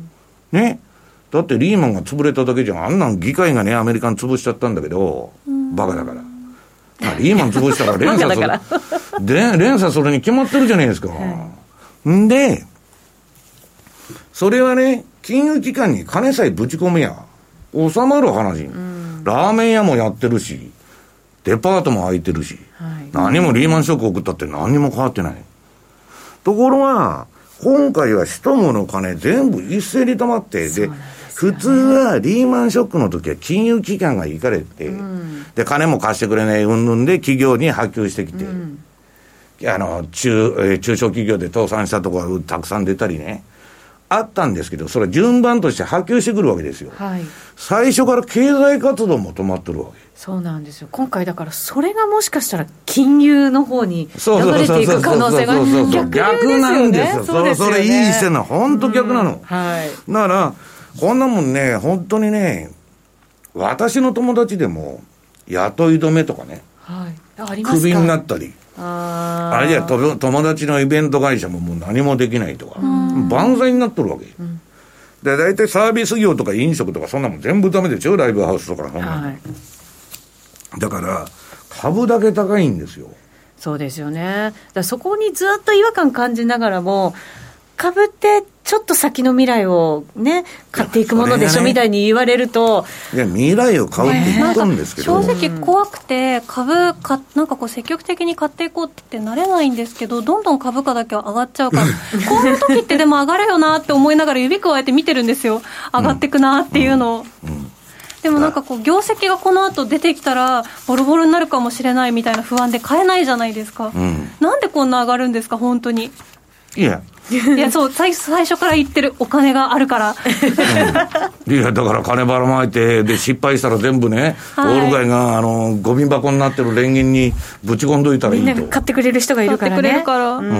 [SPEAKER 2] ねだってリーマンが潰れただけじゃあんなん議会がねアメリカに潰しちゃったんだけど、うん、バカだから、まあ、リーマン潰したら連鎖するで連鎖それに決まってるじゃないですか、はいんでそれはね金融機関に金さえぶち込めや収まる話、うん、ラーメン屋もやってるしデパートも開いてるし、はい、何もリーマンショック送ったって何も変わってない。ところが今回は人もの金全部一斉に止まって で, で、ね、普通はリーマンショックの時は金融機関が行かれて、うん、で金も貸してくれない云々で企業に波及してきて、うんあの 中, えー、中小企業で倒産したところがたくさん出たりねあったんですけどそれは順番として波及してくるわけですよ、はい、最初から経済活動も止まってるわけ。
[SPEAKER 1] そうなんですよ。今回だからそれがもしかしたら金融の方に流れていく可能性が逆
[SPEAKER 2] なんですよ。それそれいい線な本当逆なの、うんはい、だからこんなもんね本当にね私の友達でも雇い止めとかね、はい、ありますかクビになったりあ, あれじゃ友達のイベント会社ももう何もできないとか万歳になっとるわけ、うん、で大体サービス業とか飲食とかそんなもん全部ダメですよライブハウスとかそんな、はい、だから株だけ高いんですよ。
[SPEAKER 1] そうですよね。だからそこにずっと違和感感じながらも株ってちょっと先の未来をね買っていくものでしょ、ね、みたいに言われると
[SPEAKER 2] いや未来を買うって言ったんですけど、
[SPEAKER 3] 正直怖くて株かなんかこう積極的に買っていこうってなれないんですけどどんどん株価だけは上がっちゃうからこういう時ってでも上がるよなって思いながら指くわえて見てるんですよ上がっていくなっていうのを、うんうんうん、でもなんかこう業績がこの後出てきたらボロボロになるかもしれないみたいな不安で買えないじゃないですか、うん、なんでこんな上がるんですか本当に。
[SPEAKER 2] いや
[SPEAKER 3] いやそう最, 最初から言ってるお金があるから、
[SPEAKER 2] うん、いやだから金ばらまいてで失敗したら全部ね、はい、オール街があのゴミ箱になってる連銀にぶち込んどいたらいいと。
[SPEAKER 1] みんな買ってくれる人がいるからね。
[SPEAKER 3] 買ってくれるから、
[SPEAKER 2] うん、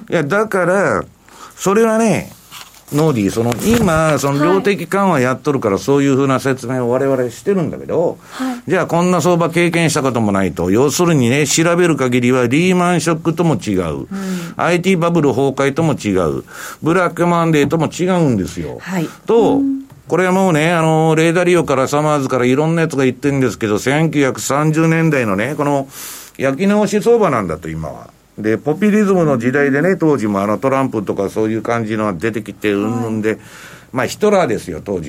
[SPEAKER 2] いやだからそれはねノーディーその今その量的緩和やっとるからそういうふうな説明を我々してるんだけど、はい、じゃあこんな相場経験したこともないと要するにね調べる限りはリーマンショックとも違う、うん、アイティー バブル崩壊とも違うブラックマンデーとも違うんですよ、はい、と、うん、これはもうねあのレーダーリオからサマーズからいろんなやつが言ってるんですけどせんきゅうひゃくさんじゅうねんだいのねこの焼き直し相場なんだと今は。でポピュリズムの時代でね当時もあのトランプとかそういう感じの出てきてうんぬんで、はい、まあヒトラーですよ当時は、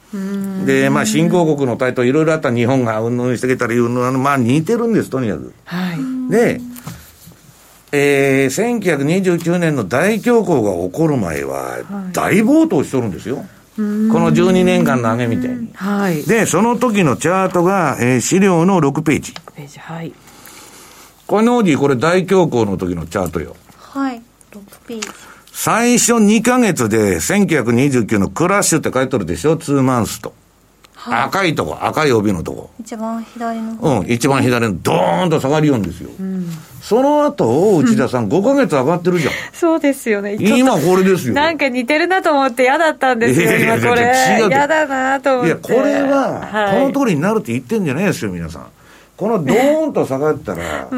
[SPEAKER 2] で、まあ、新興国の台頭いろいろあった日本がうんぬんしてきたり、うんぬん、まあ、似てるんです、とにかく。
[SPEAKER 1] はい。
[SPEAKER 2] で、えー、せんきゅうひゃくにじゅうきゅうねんの大恐慌が起こる前は、大暴騰しとるんですよ。はい、このじゅうにねんかんの上げみたいに。
[SPEAKER 1] はい。
[SPEAKER 2] で、その時のチャートが、えー、資料のろくページ。
[SPEAKER 1] ろくページ、はい。
[SPEAKER 2] これノーディー、これ大恐慌の時のチャートよ。
[SPEAKER 3] はい、ろくページ。
[SPEAKER 2] 最初にかげつでせんきゅうひゃくにじゅうきゅうのクラッシュって書いてるでしょ、ツーマンスと。はい、赤いとこ、赤い帯のとこ。
[SPEAKER 3] 一番左の方。
[SPEAKER 2] うん、一番左のドーンと下がりよんですよ。うん、その後、内田さん、うん、ごかげつ上がってるじゃん。
[SPEAKER 1] そうですよね。
[SPEAKER 2] 今これですよ。
[SPEAKER 1] なんか似てるなと思って嫌だったんですよ、今これ。嫌だなと思って。いや、こ
[SPEAKER 2] れは、この通りになるって言ってんじゃないですよ、皆さん。このドーンと下がったら、うん、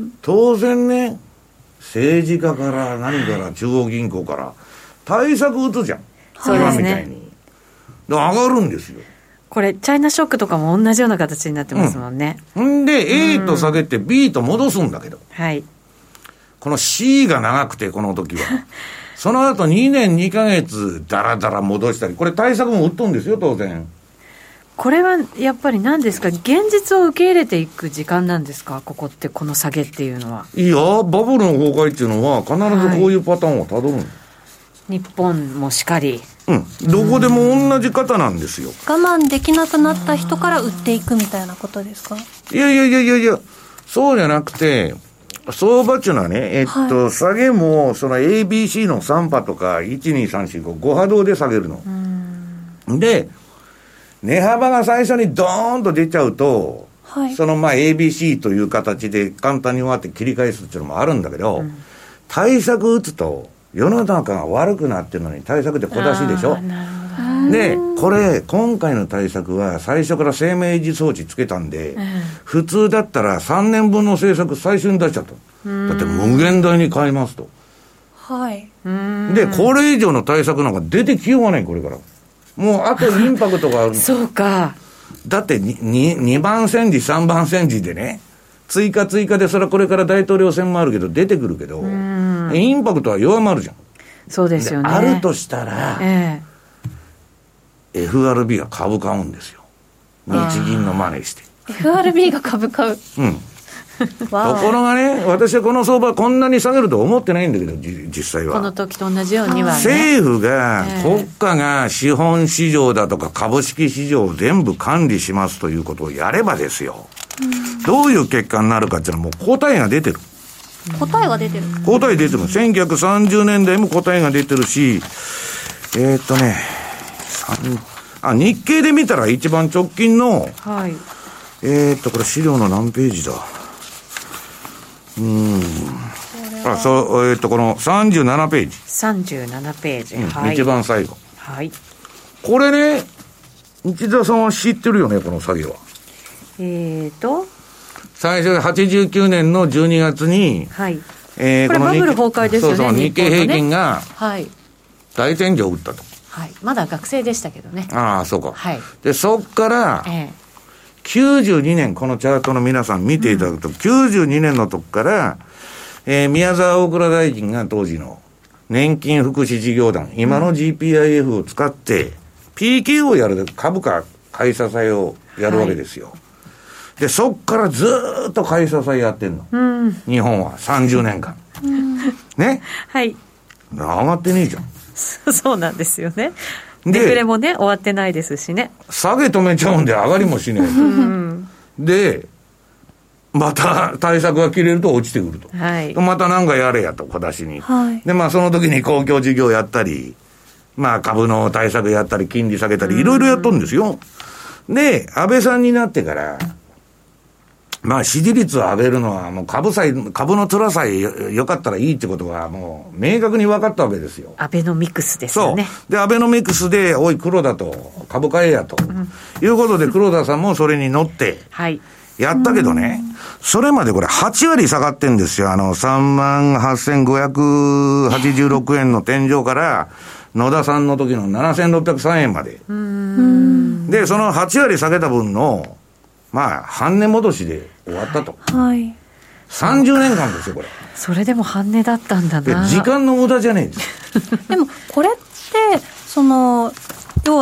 [SPEAKER 2] 当然ね、政治家から何から中央銀行から対策打つじゃん。
[SPEAKER 1] そうですね。
[SPEAKER 2] みたいに。で上がるんですよ。
[SPEAKER 1] これチャイナショックとかも同じような形になってますもんね。
[SPEAKER 2] うん、んで A と下げて B と戻すんだけど、
[SPEAKER 1] はい。
[SPEAKER 2] この C が長くてこの時はその後にねんにかげつだらだら戻したり、これ対策も打っとんですよ当然。
[SPEAKER 1] これはやっぱり何ですか、現実を受け入れていく時間なんですか、ここってこの下げっていうのは。
[SPEAKER 2] いやバブルの崩壊っていうのは必ずこういうパターンをたどるん、はい、
[SPEAKER 1] 日本もしかり、
[SPEAKER 2] うん、どこでも同じ方なんですよ。
[SPEAKER 3] 我慢できなくなった人から売っていくみたいなことですか。
[SPEAKER 2] いやいやいやいやいや、そうじゃなくて相場っていうのはね、えっと、はい、下げもその エービーシー のさん波とかいちにさんしご ご波動で下げるの。うんで値幅が最初にドーンと出ちゃうと、はい、そのまあ エービーシー という形で簡単に終わって切り返すっていうのもあるんだけど、うん、対策打つと世の中が悪くなってるのに対策って小出しでしょ。でこれ今回の対策は最初から生命維持装置つけたんで、うん、普通だったらさんねんぶんの政策最初に出しちゃった。だって無限大に買いますと。
[SPEAKER 3] はい。
[SPEAKER 2] でこれ以上の対策なんか出てきようがない。これからもうあとインパクトがある
[SPEAKER 1] そうか。
[SPEAKER 2] だって 2, 2番戦時さんばん戦時でね、追加追加でそれはこれから大統領選もあるけど出てくるけど、インパクトは弱まるじゃん。
[SPEAKER 1] そうですよね。
[SPEAKER 2] あるとしたら、ええ、エフアールビー が株買うんですよ。日銀の真似して
[SPEAKER 3] エフアールビー が株買う。
[SPEAKER 2] うんところがね、私はこの相場こんなに下げると思ってないんだけど、実際は
[SPEAKER 1] この時と同じようには、ね、
[SPEAKER 2] 政府が、えー、国家が資本市場だとか株式市場を全部管理しますということをやればですよ、うん、どういう結果になるかっていうのはもう答えが出てる。
[SPEAKER 3] 答えが出てる
[SPEAKER 2] 答え出てる。せんきゅうひゃくさんじゅうねんだいも答えが出てるし、えー、っとねあ日経で見たら一番直近の、はい、えー、っとこれ資料の何ページだ。うーんあそうえー、っとこのさんじゅうななページ
[SPEAKER 1] さんじゅうななページ、
[SPEAKER 2] うんはい、一番最後、
[SPEAKER 1] はい、
[SPEAKER 2] これね内田さんは知ってるよねこの作業は。
[SPEAKER 1] えーと
[SPEAKER 2] 最初はちじゅうきゅうねんのじゅうにがつに、
[SPEAKER 1] はいえー、これバブル崩壊ですよね。
[SPEAKER 2] そうそう日経平均が大天井を打ったと、
[SPEAKER 1] はい、まだ学生でしたけどね。
[SPEAKER 2] ああそうか、はい、でそっから、えーきゅうじゅうにねんこのチャートの皆さん見ていただくと、うん、きゅうじゅうにねんのとこから、えー、宮沢大蔵大臣が当時の年金福祉事業団今の ジーピーアイエフ を使って、うん、ピーキュー をやる株価買い支えをやるわけですよ、はい、でそっからずーっと買い支えやってんの、うん、日本はさんじゅうねんかん、うん、ね
[SPEAKER 1] はい
[SPEAKER 2] 上がってねえじゃん。
[SPEAKER 1] そうなんですよね。デフレもね終わってないですしね。
[SPEAKER 2] 下げ止めちゃうんで上がりもしねえ、うん、でまた対策が切れると落ちてくると、はい、またなんかやれやと小出しに、はい、でまあその時に公共事業やったり、まあ株の対策やったり金利下げたりいろいろやっとるんですよ。で安倍さんになってからまあ支持率を上げるのはもう株さえ株の面さえ よ, よかったらいいってことがもう明確に分かったわけですよ。
[SPEAKER 1] アベノミクスですよね。
[SPEAKER 2] そうでアベノミクスでおい黒田と株買えやと、うん、いうことで黒田さんもそれに乗ってやったけどね、うん、それまでこれはちわり下がってんですよ。あのさんまんはっせんごひゃくはちじゅうろくえんの天井から野田さんの時のななせんろっぴゃくさんえんまで、うん、でそのはちわり下げた分のまあ半値戻しで終わったと、
[SPEAKER 3] はい、
[SPEAKER 2] さんじゅうねんかんですよこれ。
[SPEAKER 1] それでも半値だったんだな。
[SPEAKER 2] で時間の無駄じゃねえんです
[SPEAKER 3] でもこれってその要は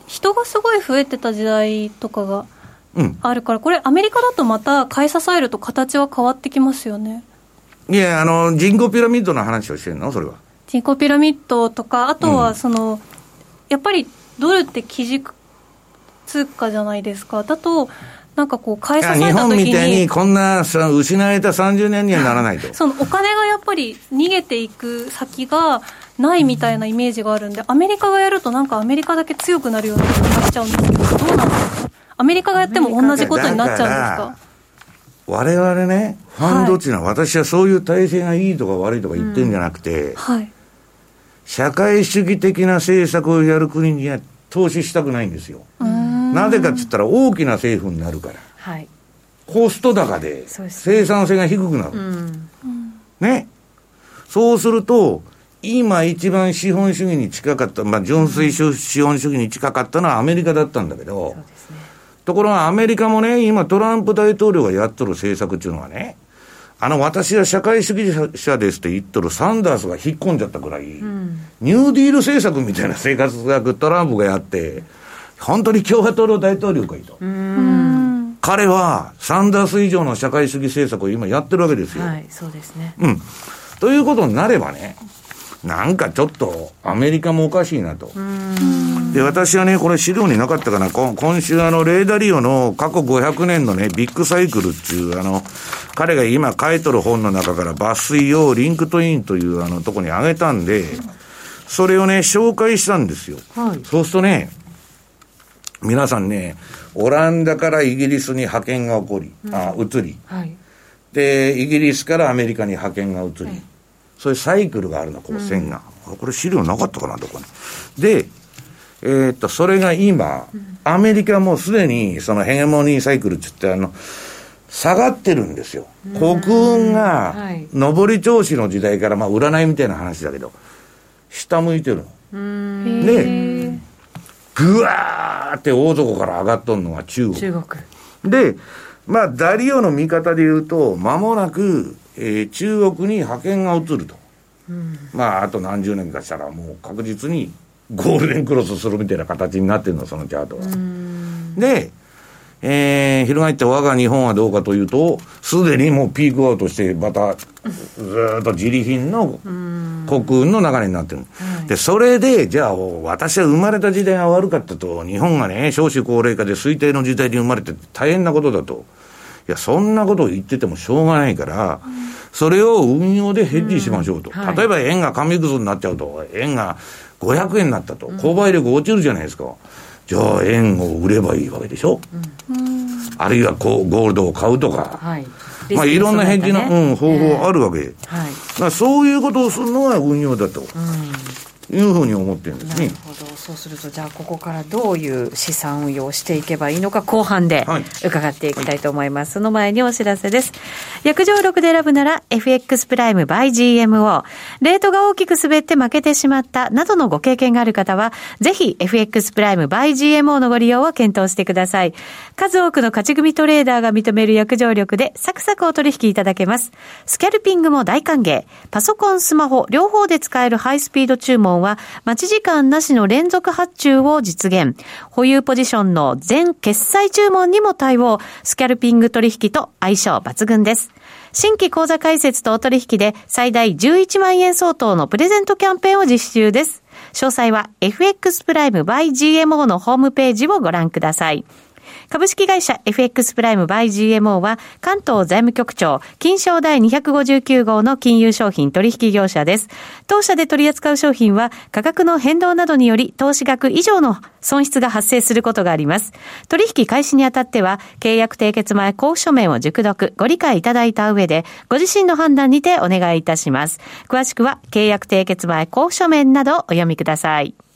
[SPEAKER 3] 人がすごい増えてた時代とかがあるから、うん、これアメリカだとまた買い支えると形は変わってきますよね。
[SPEAKER 2] いや、あの人口ピラミッドの話をしてるの？それは
[SPEAKER 3] 人口ピラミッドとか、あとはその、うん、やっぱりドルって基軸通貨じゃないですか。だとなんかこう買い支えた時に、
[SPEAKER 2] 日本みたいにこんな失われたさんじゅうねんにはならないと
[SPEAKER 3] そのお金がやっぱり逃げていく先がないみたいなイメージがあるんで、アメリカがやるとなんかアメリカだけ強くなるような気がしちゃうんですけど、どうなんですか？アメリカがやっても同じことになっちゃうんですか？
[SPEAKER 2] 我々ね、ファンドっていうのは、はい、私はそういう体制がいいとか悪いとか言ってるんじゃなくて、うんはい、社会主義的な政策をやる国には投資したくないんですよ。なぜかって言ったら大きな政府になるから、はい、コスト高で生産性が低くなる、うんね、そうすると今一番資本主義に近かった、まあ、純粋資本主義に近かったのはアメリカだったんだけど、そうですね、ところがアメリカもね、今トランプ大統領がやっとる政策っていうのはね、あの私は社会主義者ですって言っとるサンダースが引っ込んじゃったくらい、うん、ニューディール政策みたいな生活策トランプがやって本当に共和党の大統領かいと。うーん、彼はサンダース以上の社会主義政策を今やってるわけですよ。
[SPEAKER 1] はい、そうですね。
[SPEAKER 2] うん。ということになればね、なんかちょっとアメリカもおかしいなと。うーん、で、私はね、これ資料になかったかな、今週あのレーダリオの過去ごひゃくねんのね、ビッグサイクルっていうあの彼が今書いとる本の中から抜粋をリンクトインというあのとこに上げたんで、それをね紹介したんですよ。はい、そうするとね、皆さんね、オランダからイギリスに派遣が起こり、うん、あ移り、はい、でイギリスからアメリカに派遣が移り、はい、そういうサイクルがあるの、こう線が、うん、これ資料なかったかな、どこに。で、えー、っとそれが今、うん、アメリカもすでにそのヘゲモニーサイクルって言ってあの下がってるんですよ。国運が上り調子の時代から、まあ占いみたいな話だけど下向いてるの。うーん、でぐわーって大底から上がっとんのが中国。中国で、まあダリオの見方で言うと間もなく、えー、中国に派遣が移ると、うん、まああと何十年かしたらもう確実にゴールデンクロスするみたいな形になってるの、そのチャートは。うんで、えー、翻って我が日本はどうかというと、すでにもうピークアウトしてまたずーっと自利品の国運の流れになってる、はい、でそれでじゃあ私は生まれた時代が悪かったと、日本がね少子高齢化で衰退の時代に生まれて大変なことだと、いやそんなことを言っててもしょうがないから、うん、それを運用でヘッジしましょうと、うんはい、例えば円が紙くずになっちゃうと、円がごひゃくえんになったと、購買力落ちるじゃないですか、うん、じゃあ円を売ればいいわけでしょ、うん、あるいはこうゴールドを買うとか、はい、まあいろんなヘッジの、うん、方法あるわけ、えーはい、だからそういうことをするのが運用だと、うん、いうふうに思ってるんですね。
[SPEAKER 1] なるほど。そうするとじゃあここからどういう資産運用をしていけばいいのか後半で伺っていきたいと思います、はい、その前にお知らせです。約定録で選ぶなら エフエックス プライム by ジーエムオー、 レートが大きく滑って負けてしまったなどのご経験がある方はぜひ エフエックス プライム by ジーエムオー のご利用を検討してください。数多くの勝ち組トレーダーが認める約定力でサクサクお取引いただけます。スキャルピングも大歓迎。パソコンスマホ両方で使えるハイスピード注文は待ち時間なしの連続発注を実現。保有ポジションの全決済注文にも対応。スキャルピング取引と相性抜群です。新規口座開設とお取引で最大じゅういちまんえん相当のプレゼントキャンペーンを実施中です。詳細は エフエックス プライム by ジーエムオー のホームページをご覧ください。株式会社 エフエックス プライム by ジーエムオー は関東財務局長金商第にひゃくごじゅうきゅう号の金融商品取引業者です。当社で取り扱う商品は価格の変動などにより投資額以上の損失が発生することがあります。取引開始にあたっては契約締結前交付書面を熟読ご理解いただいた上でご自身の判断にてお願いいたします。詳しくは契約締結前交付書面などお読みください。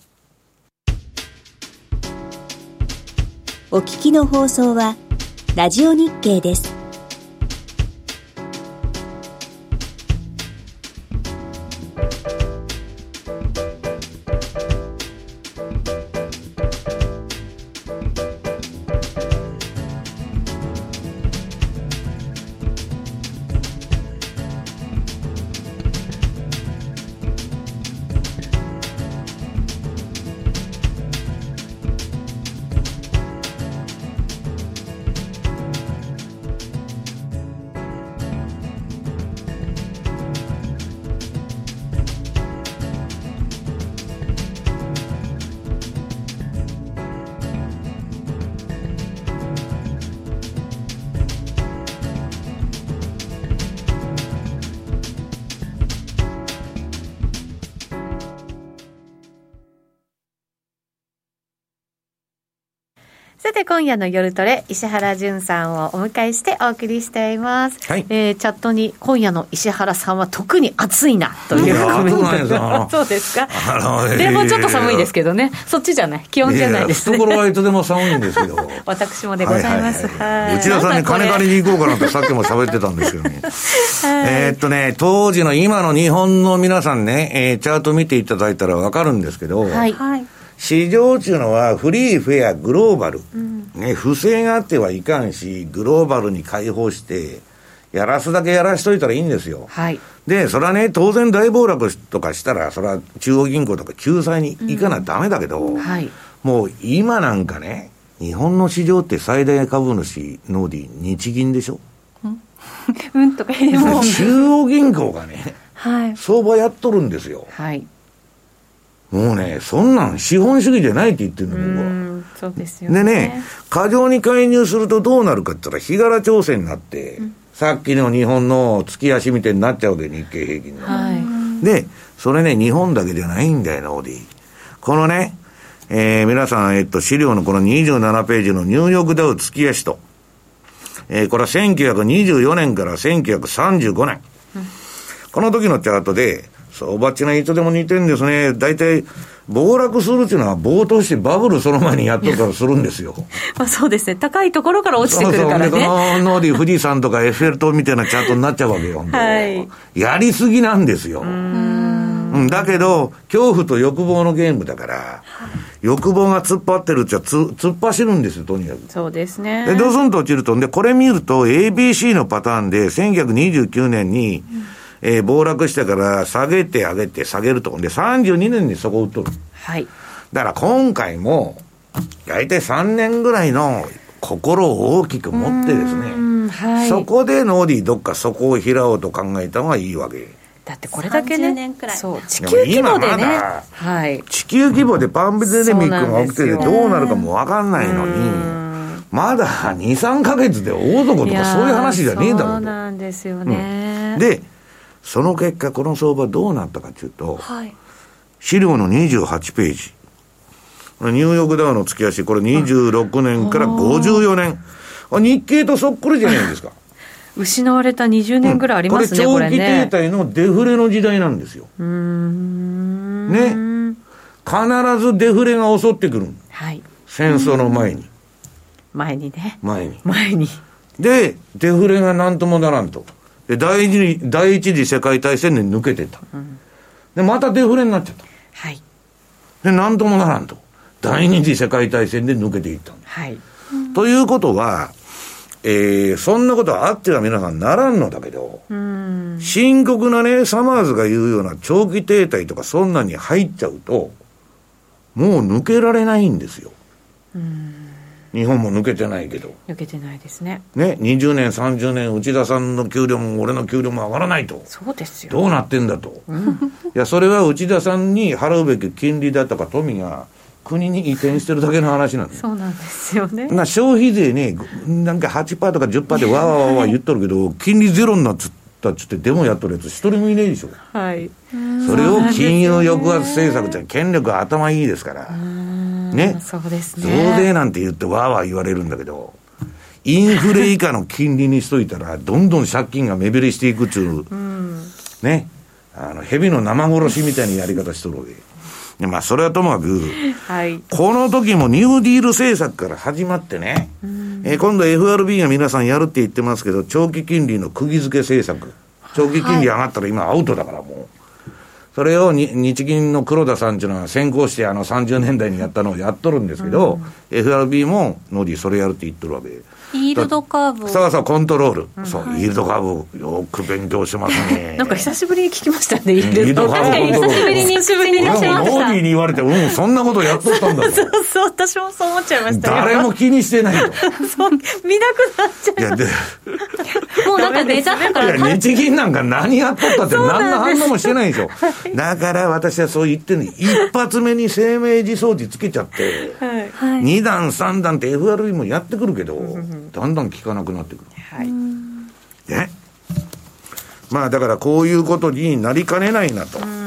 [SPEAKER 4] お聞きの放送はラジオ日経です。
[SPEAKER 1] さて今夜の夜トレ、石原潤さんをお迎えしてお送りしています、はい。えー、チャットに今夜の石原さんは特に暑いなというコメント。そうですか。冷房ちょっと寒いですけどね。そっちじゃない、気温じゃないですね。
[SPEAKER 2] 懐はいつでも寒いんですけど
[SPEAKER 1] 私もでございます。はいはいはい、
[SPEAKER 2] 内田さんに金借りに行こうかなってさっきも喋ってたんですけどね、はい、えーっとね当時の今の日本の皆さんね、えー、チャート見ていただいたら分かるんですけど、はいはい、市場っていうのはフリーフェアグローバル、うんね、不正があってはいかんしグローバルに開放してやらすだけやらしといたらいいんですよ、はい、でそれはね当然大暴落とかしたらそれは中央銀行とか救済に行かなダメだけど、うんはい、もう今なんかね日本の市場って最大株主ノーディ日銀でしょ
[SPEAKER 3] うんうんとかでも
[SPEAKER 2] 中央銀行がね、はい、相場やっとるんですよ、はい、もうねそんなん資本主義じゃないって言ってるの僕は。
[SPEAKER 1] うんそうですよね。
[SPEAKER 2] でね過剰に介入するとどうなるかって言ったら日柄調整になって、うん、さっきの日本の月足みたいになっちゃうで日経平均の、はい、でそれね日本だけじゃないんだよノーディこのねえー、皆さん、えっと、資料のこのにじゅうななページのニューヨークダウ月足と、えー、これはせんきゅうひゃくにじゅうよねんからせんきゅうひゃくさんじゅうごねん、うん、この時のチャートで相場っちないつでも似てるんですね。大体暴落するっていうのは暴騰してバブルその前にやっとったらするんですよ
[SPEAKER 1] まあそうですね高いところから落ちてくるからね。そうそうでこ
[SPEAKER 2] のノーディ富士山とかエッフェル塔みたいなチャートになっちゃうわけよ、はい、やりすぎなんですよ。うーんだけど恐怖と欲望のゲームだから、はい、欲望が突っ張ってるっちゃつ突っ走るんですよとにかく。
[SPEAKER 1] そうですね。
[SPEAKER 2] でドスンと落ちるとでこれ見ると エービーシー のパターンでせんきゅうひゃくにじゅうきゅうねんに、うんえー、暴落したから下げて上げて下げるとでさんじゅうにねんにそこを打っとる、はい、だから今回も大体さんねんぐらいの心を大きく持ってですね、はい、そこでノーディどっかそこを拾おうと考えた方がいいわけ
[SPEAKER 1] だってこれだけね
[SPEAKER 3] さんじゅうねんくらい
[SPEAKER 1] そう地球規模でね、
[SPEAKER 2] はい、地球規模でパンデミックが起きててどうなるかも分かんないのにまだ にさんかげつで大底とかそういう話じゃねえだろうと。
[SPEAKER 1] そうなんですよね、
[SPEAKER 2] うん、でその結果この相場どうなったかというと、はい、資料のにじゅうはちページニューヨークダウの月足これにじゅうろくねんからごじゅうよねん日経とそっくりじゃないですか
[SPEAKER 1] 失われたにじゅうねんぐらいありますね、うん、これね。
[SPEAKER 2] これ長期停滞のデフレの時代なんですよ。うーんね必ずデフレが襲ってくる、はい、戦争の前に
[SPEAKER 1] 前にね
[SPEAKER 2] 前に
[SPEAKER 1] 前にで
[SPEAKER 2] デフレが何ともならんとで 第, 二第一次世界大戦で抜けてた、うん、でまたデフレになっちゃった、はい、で何ともならんと第二次世界大戦で抜けていった、はい、ということは、えー、そんなことはあっては皆さんならんのだけど、うん、深刻なねサマーズが言うような長期停滞とかそんなに入っちゃうともう抜けられないんですよ、うん日本も抜けてないけど
[SPEAKER 1] 抜けてないですね。
[SPEAKER 2] ねにじゅうねんさんじゅうねん内田さんの給料も俺の給料も上がらないと。
[SPEAKER 1] そうですよ。
[SPEAKER 2] どうなってんだと、うん、いやそれは内田さんに払うべき金利だとか富が国に移転してるだけの話なんです。
[SPEAKER 1] そうなんですよね。
[SPEAKER 2] な消費税ねなんか はちパーセント とか じゅっパーセント でわーわーわーわー言っとるけど金利ゼロになっつったっつってデモやっとるやつ一人もいないでしょ。はいそれを金融抑圧政策じゃ権力は頭いいですからね、そうですね。増税なんて言ってわーわー言われるんだけどインフレ以下の金利にしといたらどんどん借金が目減りしていくっちゅう、うん、ねあの蛇の生殺しみたいなやり方しとるわけでまあそれはともかく、はい、この時もニューディール政策から始まってね、うんえー、今度 エフアールビー が皆さんやるって言ってますけど長期金利の釘付け政策長期金利上がったら今アウトだからもう、はいそれをに日銀の黒田さんっていうのは先行してあのさんじゅうねんだいにやったのをやっとるんですけど、うん、エフアールビー もノーディそれやるって言ってるわけで
[SPEAKER 3] イールドカーブ
[SPEAKER 2] そうそうコントロール、うん、そう、はい、イールドカーブよく勉強してますね
[SPEAKER 1] なんか久しぶりに聞きましたねイールドカーブ
[SPEAKER 3] 確かに久しぶりに久しぶりに聞きました
[SPEAKER 2] ノーディに言われてうんそんなことやっとったんだ
[SPEAKER 1] そうそう私もそう思っちゃいました
[SPEAKER 2] 誰も気にしてないと
[SPEAKER 1] そう見なくなっちゃういやで
[SPEAKER 3] もうなんか出ちゃったから
[SPEAKER 2] いや日銀なんか何やっとったって何の反応もしてないでしょだから私はそう言ってるの一発目に生命時装置つけちゃって、はい、に段さん段って エフアールビー もやってくるけど、うん、だんだん効かなくなってくる、はいね、まあだからこういうことになりかねないなと、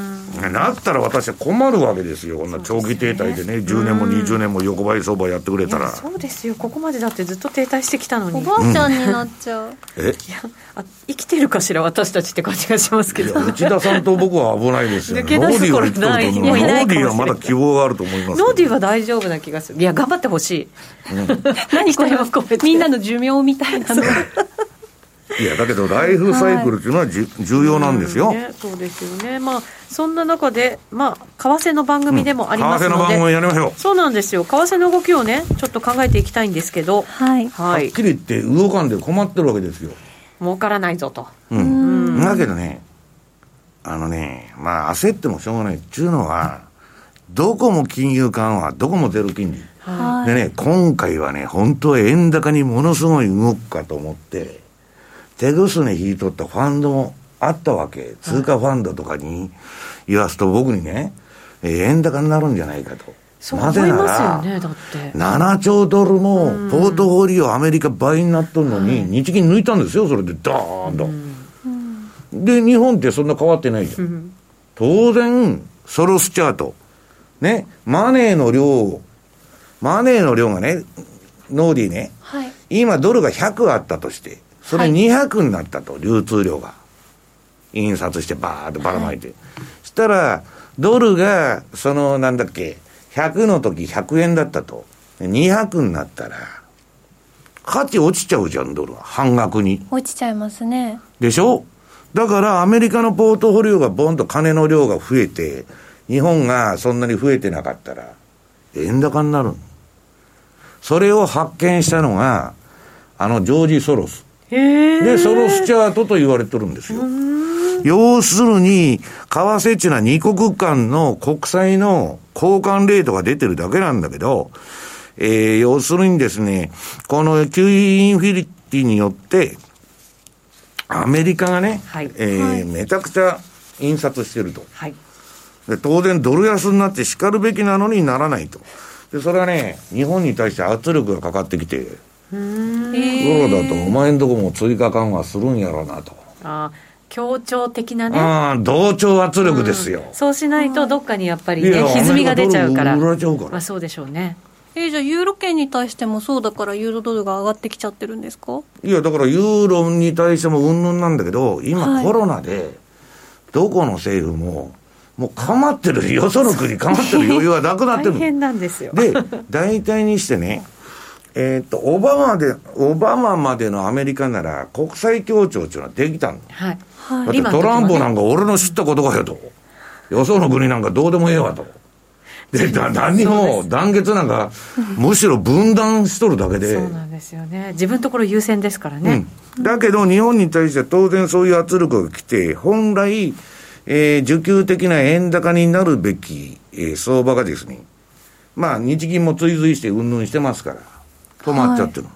[SPEAKER 2] なったら私は困るわけですよ。こんな長期停滞でね、じゅうねんもにじゅうねんも横ばい相場やってくれたら。
[SPEAKER 1] そうですよ。ここまでだってずっと停滞してきたのに。
[SPEAKER 3] おばあちゃんになっちゃう、うん、
[SPEAKER 2] え
[SPEAKER 1] いやあ生きてるかしら私たちって感じがしますけど、
[SPEAKER 2] 内田さんと僕は危ないですよね。
[SPEAKER 1] 抜け出す頃ない、
[SPEAKER 2] ノーディーはまだ希望があると思います。
[SPEAKER 1] ノーディーは大丈夫な気がする。いや頑張ってほしい、うん、
[SPEAKER 3] 何これはみんなの寿命みたいなの
[SPEAKER 2] いやだけどライフサイクルっていうのは、はい、重要なんですよ、
[SPEAKER 1] うんね、そうですよね。まあそんな中で、まあ、為替の番組でもありますので、
[SPEAKER 2] うん、為替の番組やりましょう。
[SPEAKER 1] そうなんですよ。為替の動きをねちょっと考えていきたいんですけど、
[SPEAKER 3] はい
[SPEAKER 1] はい、
[SPEAKER 2] はっきり言って動かんで困ってるわけですよ。
[SPEAKER 1] 儲からないぞと、
[SPEAKER 2] うん、うんだけどねあのねまあ焦ってもしょうがないっていうのはどこも金融緩和どこもゼロ金利、はい、でね今回はね本当は円高にものすごい動くかと思って手ぐすね引いとったファンドもあったわけ。通貨ファンドとかに言わすと僕にね、えー、円高になるんじゃないかと。
[SPEAKER 1] そう思いますよね。だって
[SPEAKER 2] ななちょうドルもポートフォリオアメリカ倍になっとるのに、うん、日銀抜いたんですよ。それでドーンと、うん、で日本ってそんな変わってないじゃん、うん、当然ソロスチャートねマネーの量マネーの量がねノーディーね、はい、今ドルがひゃくあったとしてそれにひゃくになったと、はい、流通量が印刷してバーッとばらまいて、はい、したらドルがそのなんだっけひゃくの時ひゃくえんだったとにひゃくになったら価値落ちちゃうじゃん。ドルは半額に
[SPEAKER 3] 落ちちゃいますね。
[SPEAKER 2] でしょ。だからアメリカのポートフォリオがボンと金の量が増えて日本がそんなに増えてなかったら円高になる。それを発見したのがあのジョージ・ソロスでソロスチャートと言われてるんですよ。要するに為替っていうのは二国間の国債の交換レートが出てるだけなんだけど、えー、要するにですねこの キューイー インフィニティによってアメリカがね、はいえーはい、めちゃくちゃ印刷してると、はい、で当然ドル安になってしかるべきなのにならないと。でそれはね日本に対して圧力がかかってきてうーんそうだとお前んとこも追加緩和するんやろうなと。
[SPEAKER 1] あ協調的なね
[SPEAKER 2] あ同調圧力ですよ、
[SPEAKER 1] うん、そうしないとどっかにやっぱりね歪みが出ちゃうから売られちゃうから、まあ、そうでしょうね。
[SPEAKER 3] えー、じゃあユーロ圏に対してもそうだからユーロドルが上がってきちゃってるんですか。
[SPEAKER 2] いやだからユーロに対してもうんぬんなんだけど今、はい、コロナでどこの政府ももう構ってるよその国構ってる余裕はなくなってる
[SPEAKER 1] 大変なんですよ。
[SPEAKER 2] で大体にしてねえー、っとオバマでオバマまでのアメリカなら国際協調っていうのはできたんだ、はいはい、だってトランプなんか俺の知ったことかよと、うん、よその国なんかどうでもええわとでだ何も団結なんかむしろ分断しとるだけで
[SPEAKER 1] そうなんですよね。自分のところ優先ですからね、
[SPEAKER 2] うん、だけど日本に対しては当然そういう圧力が来て本来、えー、需給的な円高になるべき、えー、相場がですねまあ日銀も追随してうんぬんしてますから止まっちゃってるの、はい、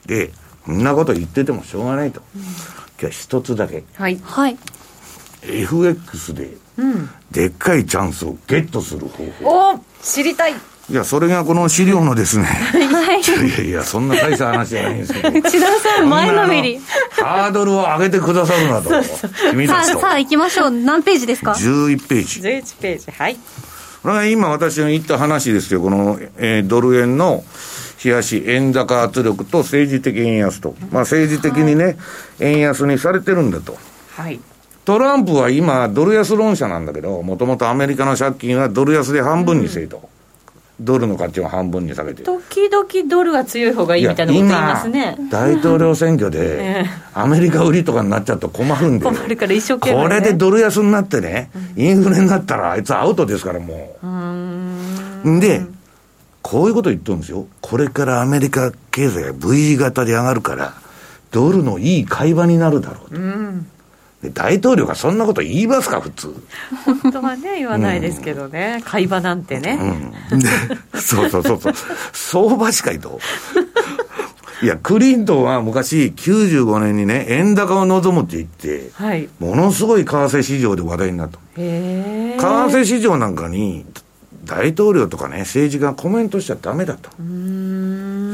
[SPEAKER 2] でそんなこと言っててもしょうがないと、うん、今日は一つだけ
[SPEAKER 1] はい、はい、
[SPEAKER 2] エフエックス ででっかいチャンスをゲットする方法、
[SPEAKER 1] うん、お知りたい。
[SPEAKER 2] いやそれがこの資料のですね、はい、いやいやそんな大した話じゃないんですけど
[SPEAKER 3] 千田さん前のめり
[SPEAKER 2] ハードルを上げてくださるなとそうそう君たちと
[SPEAKER 3] さあさあ行きましょう。何ページですか。
[SPEAKER 2] じゅういちページ
[SPEAKER 1] じゅういちページはい
[SPEAKER 2] これは今私が言った話ですよ。この、えー、ドル円の冷やし円高圧力と政治的円安と、まあ、政治的にね、はい、円安にされてるんだと、はい、トランプは今ドル安論者なんだけどもともとアメリカの借金はドル安で半分にせえと、うん、ドルの価値を半分に下げて
[SPEAKER 1] 時々ドルが強い方がいいみたいなこと言いますね。
[SPEAKER 2] 今大統領選挙でアメリカ売りとかになっちゃうと困るんで
[SPEAKER 1] 困るから一生懸命、ね、
[SPEAKER 2] これでドル安になってねインフレになったらあいつアウトですからもう、うーんでこういうこと言ってるんですよ。これからアメリカ経済が V 型で上がるからドルのいい買い場になるだろうと、うん、で大統領がそんなこと言いますか普通。
[SPEAKER 1] 本当はね言わないですけどね、うん、買い場なんてね、
[SPEAKER 2] うん、でそうそうそうそう相場しかいといやクリントンは昔きゅうじゅうごねんにね円高を望むって言って、はい、ものすごい為替市場で話題になった。へー為替市場なんかに大統領とかね政治家がコメントしちゃダメだと。うーん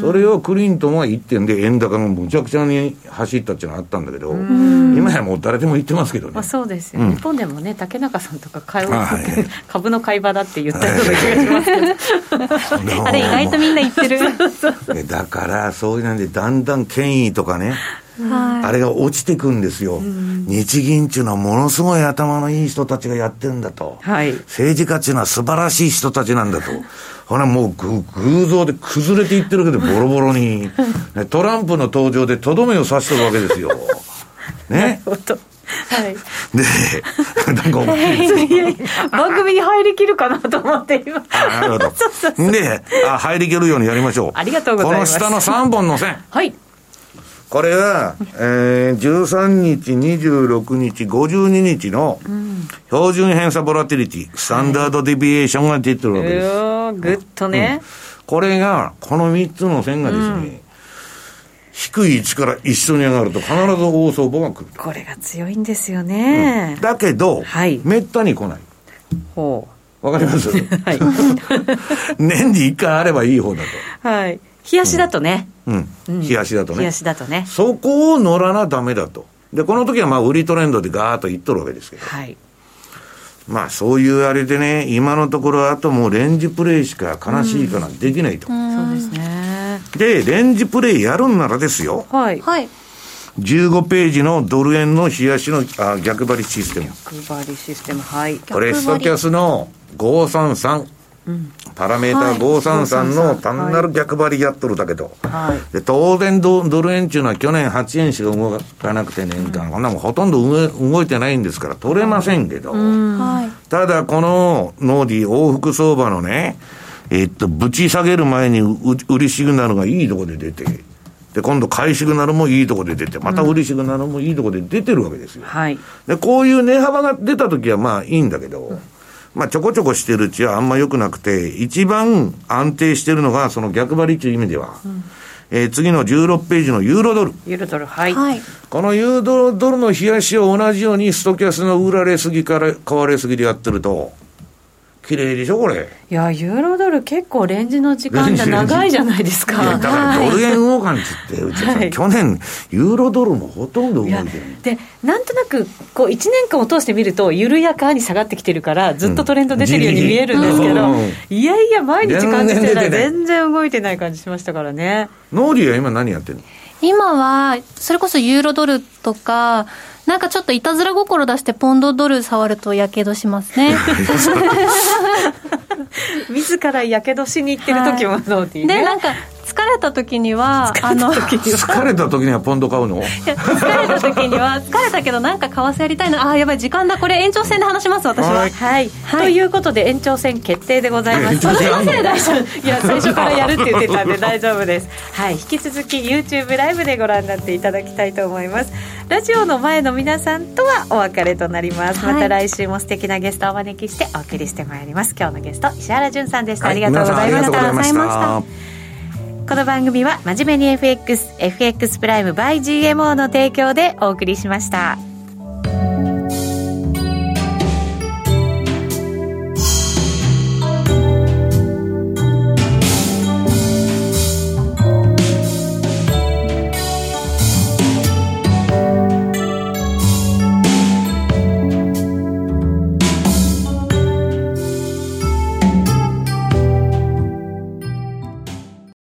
[SPEAKER 2] それをクリントンは言ってんで円高がむちゃくちゃに走ったっていうのがあったんだけど、今やもう誰でも言ってますけどね、
[SPEAKER 1] まあ、そうですよ、うん、日本でもね竹中さんとか買う、はい、株の買い場だって言ったような気がしますけどあれ意外とみんな言ってる
[SPEAKER 2] だからそういうのでだんだん権威とかね、はい、あれが落ちてくんですよ、うん、日銀っていうのはものすごい頭のいい人たちがやってるんだと、はい、政治家っていうのは素晴らしい人たちなんだとほらもうぐ偶像で崩れていってるけどボロボロにトランプの登場でとどめを刺してるわけですよね。なるほど、はい、でなんか大きい
[SPEAKER 1] 番組に入りきるかなと思って今
[SPEAKER 2] あなるほどそうそうそうであ入りきるようにやりましょう。
[SPEAKER 1] ありがとうございます。
[SPEAKER 2] この下のさんぼんの線
[SPEAKER 1] はい
[SPEAKER 2] これは、えー、じゅうさんにち、にじゅうろくにち、ごじゅうににちの標準偏差ボラティリティ、スタンダードディビエーションが出てるわけです。
[SPEAKER 1] はい、ぐっとね、
[SPEAKER 2] うん。これが、このみっつの線がですね、うん、低い位置から一緒に上がると必ず大相場が来る。
[SPEAKER 1] これが強いんですよね。
[SPEAKER 2] うん、だけど、はい、めったに来ない。
[SPEAKER 1] ほ
[SPEAKER 2] う。わかりますはい。年にいっかいあればいい方だ
[SPEAKER 1] と。はい。冷やしだとね、
[SPEAKER 2] うんうん、冷やしだとね
[SPEAKER 1] 冷やしだとね
[SPEAKER 2] そこを乗らなダメだと。でこの時はまあ売りトレンドでガーッといっとるわけですけど、はい、まあそういうあれでね今のところあともうレンジプレイしか悲しいからできないと、
[SPEAKER 1] うん、そうですね。
[SPEAKER 2] でレンジプレイやるんならですよ、
[SPEAKER 1] はいはい
[SPEAKER 2] じゅうごページのドル円の冷やしのあ逆張りシステム
[SPEAKER 1] 逆張りシステムはい
[SPEAKER 2] これストキャスのごひゃくさんじゅうさんうん、パラメーターごひゃくさんじゅうさんの単なる逆張りやっとるだけど、はい、で当然 ド, ドル円っていうのは去年はちえんしか動かなくて年間、うん、こんなもんほとんど動いてないんですから取れませんけど、はい、ただこのノーディ往復相場のねえっとぶち下げる前に売りシグナルがいいとこで出てで今度買いシグナルもいいとこで出てまた売りシグナルもいいとこで出てるわけですよ、はい、でこういう値幅が出た時はまあいいんだけど、うんまあ、ちょこちょこしてるうちはあんま良くなくて、一番安定してるのがその逆張りという意味では、うんえー、次のじゅうろくページのユーロドル。
[SPEAKER 1] ユーロドル、はい。
[SPEAKER 2] このユーロドルの冷やしを同じようにストキャスの売られすぎから買われすぎでやってると、綺麗でしょこれ。
[SPEAKER 1] いやユーロドル結構レンジの時間が長いじゃないですか。いや
[SPEAKER 2] だからドル円動かんつって、うちは、はい、去年ユーロドルもほとんど動いてる。
[SPEAKER 1] でなんとなくこういちねんかんを通してみると緩やかに下がってきてるからずっとトレンド出てるように見えるんですけど、うん、いやいや毎日感じてたら全然動いてない感じしましたからね。
[SPEAKER 2] ノーリーは今何やってるの？
[SPEAKER 3] 今はそれこそユーロドルとかなんかちょっといたずら心出してポンドドル触るとやけどしますね
[SPEAKER 1] 自らやけどしに行ってる時もノーティーね。
[SPEAKER 3] でなんか疲れた時には
[SPEAKER 2] あの疲れた時にはポンド買うの？い
[SPEAKER 3] や疲れた時には疲れたけどなんか為替やりたいなあやばい時間だこれ延長戦で話します私は、
[SPEAKER 1] はいはい、はい、ということで延長戦決定でございます。
[SPEAKER 3] 大丈夫
[SPEAKER 1] いや最初からやるって言ってたんで大丈夫です、はい、引き続き YouTube ライブでご覧になっていただきたいと思います。ラジオの前の皆さんとはお別れとなります、はい、また来週も素敵なゲストをお招きしてお送りしてまいります。今日のゲスト石原潤さんでした、はい、ありがとうございました。ありがとうございました。この番組は真面目に エフエックス エフエックス プライム by ジーエムオー の提供でお送りしました。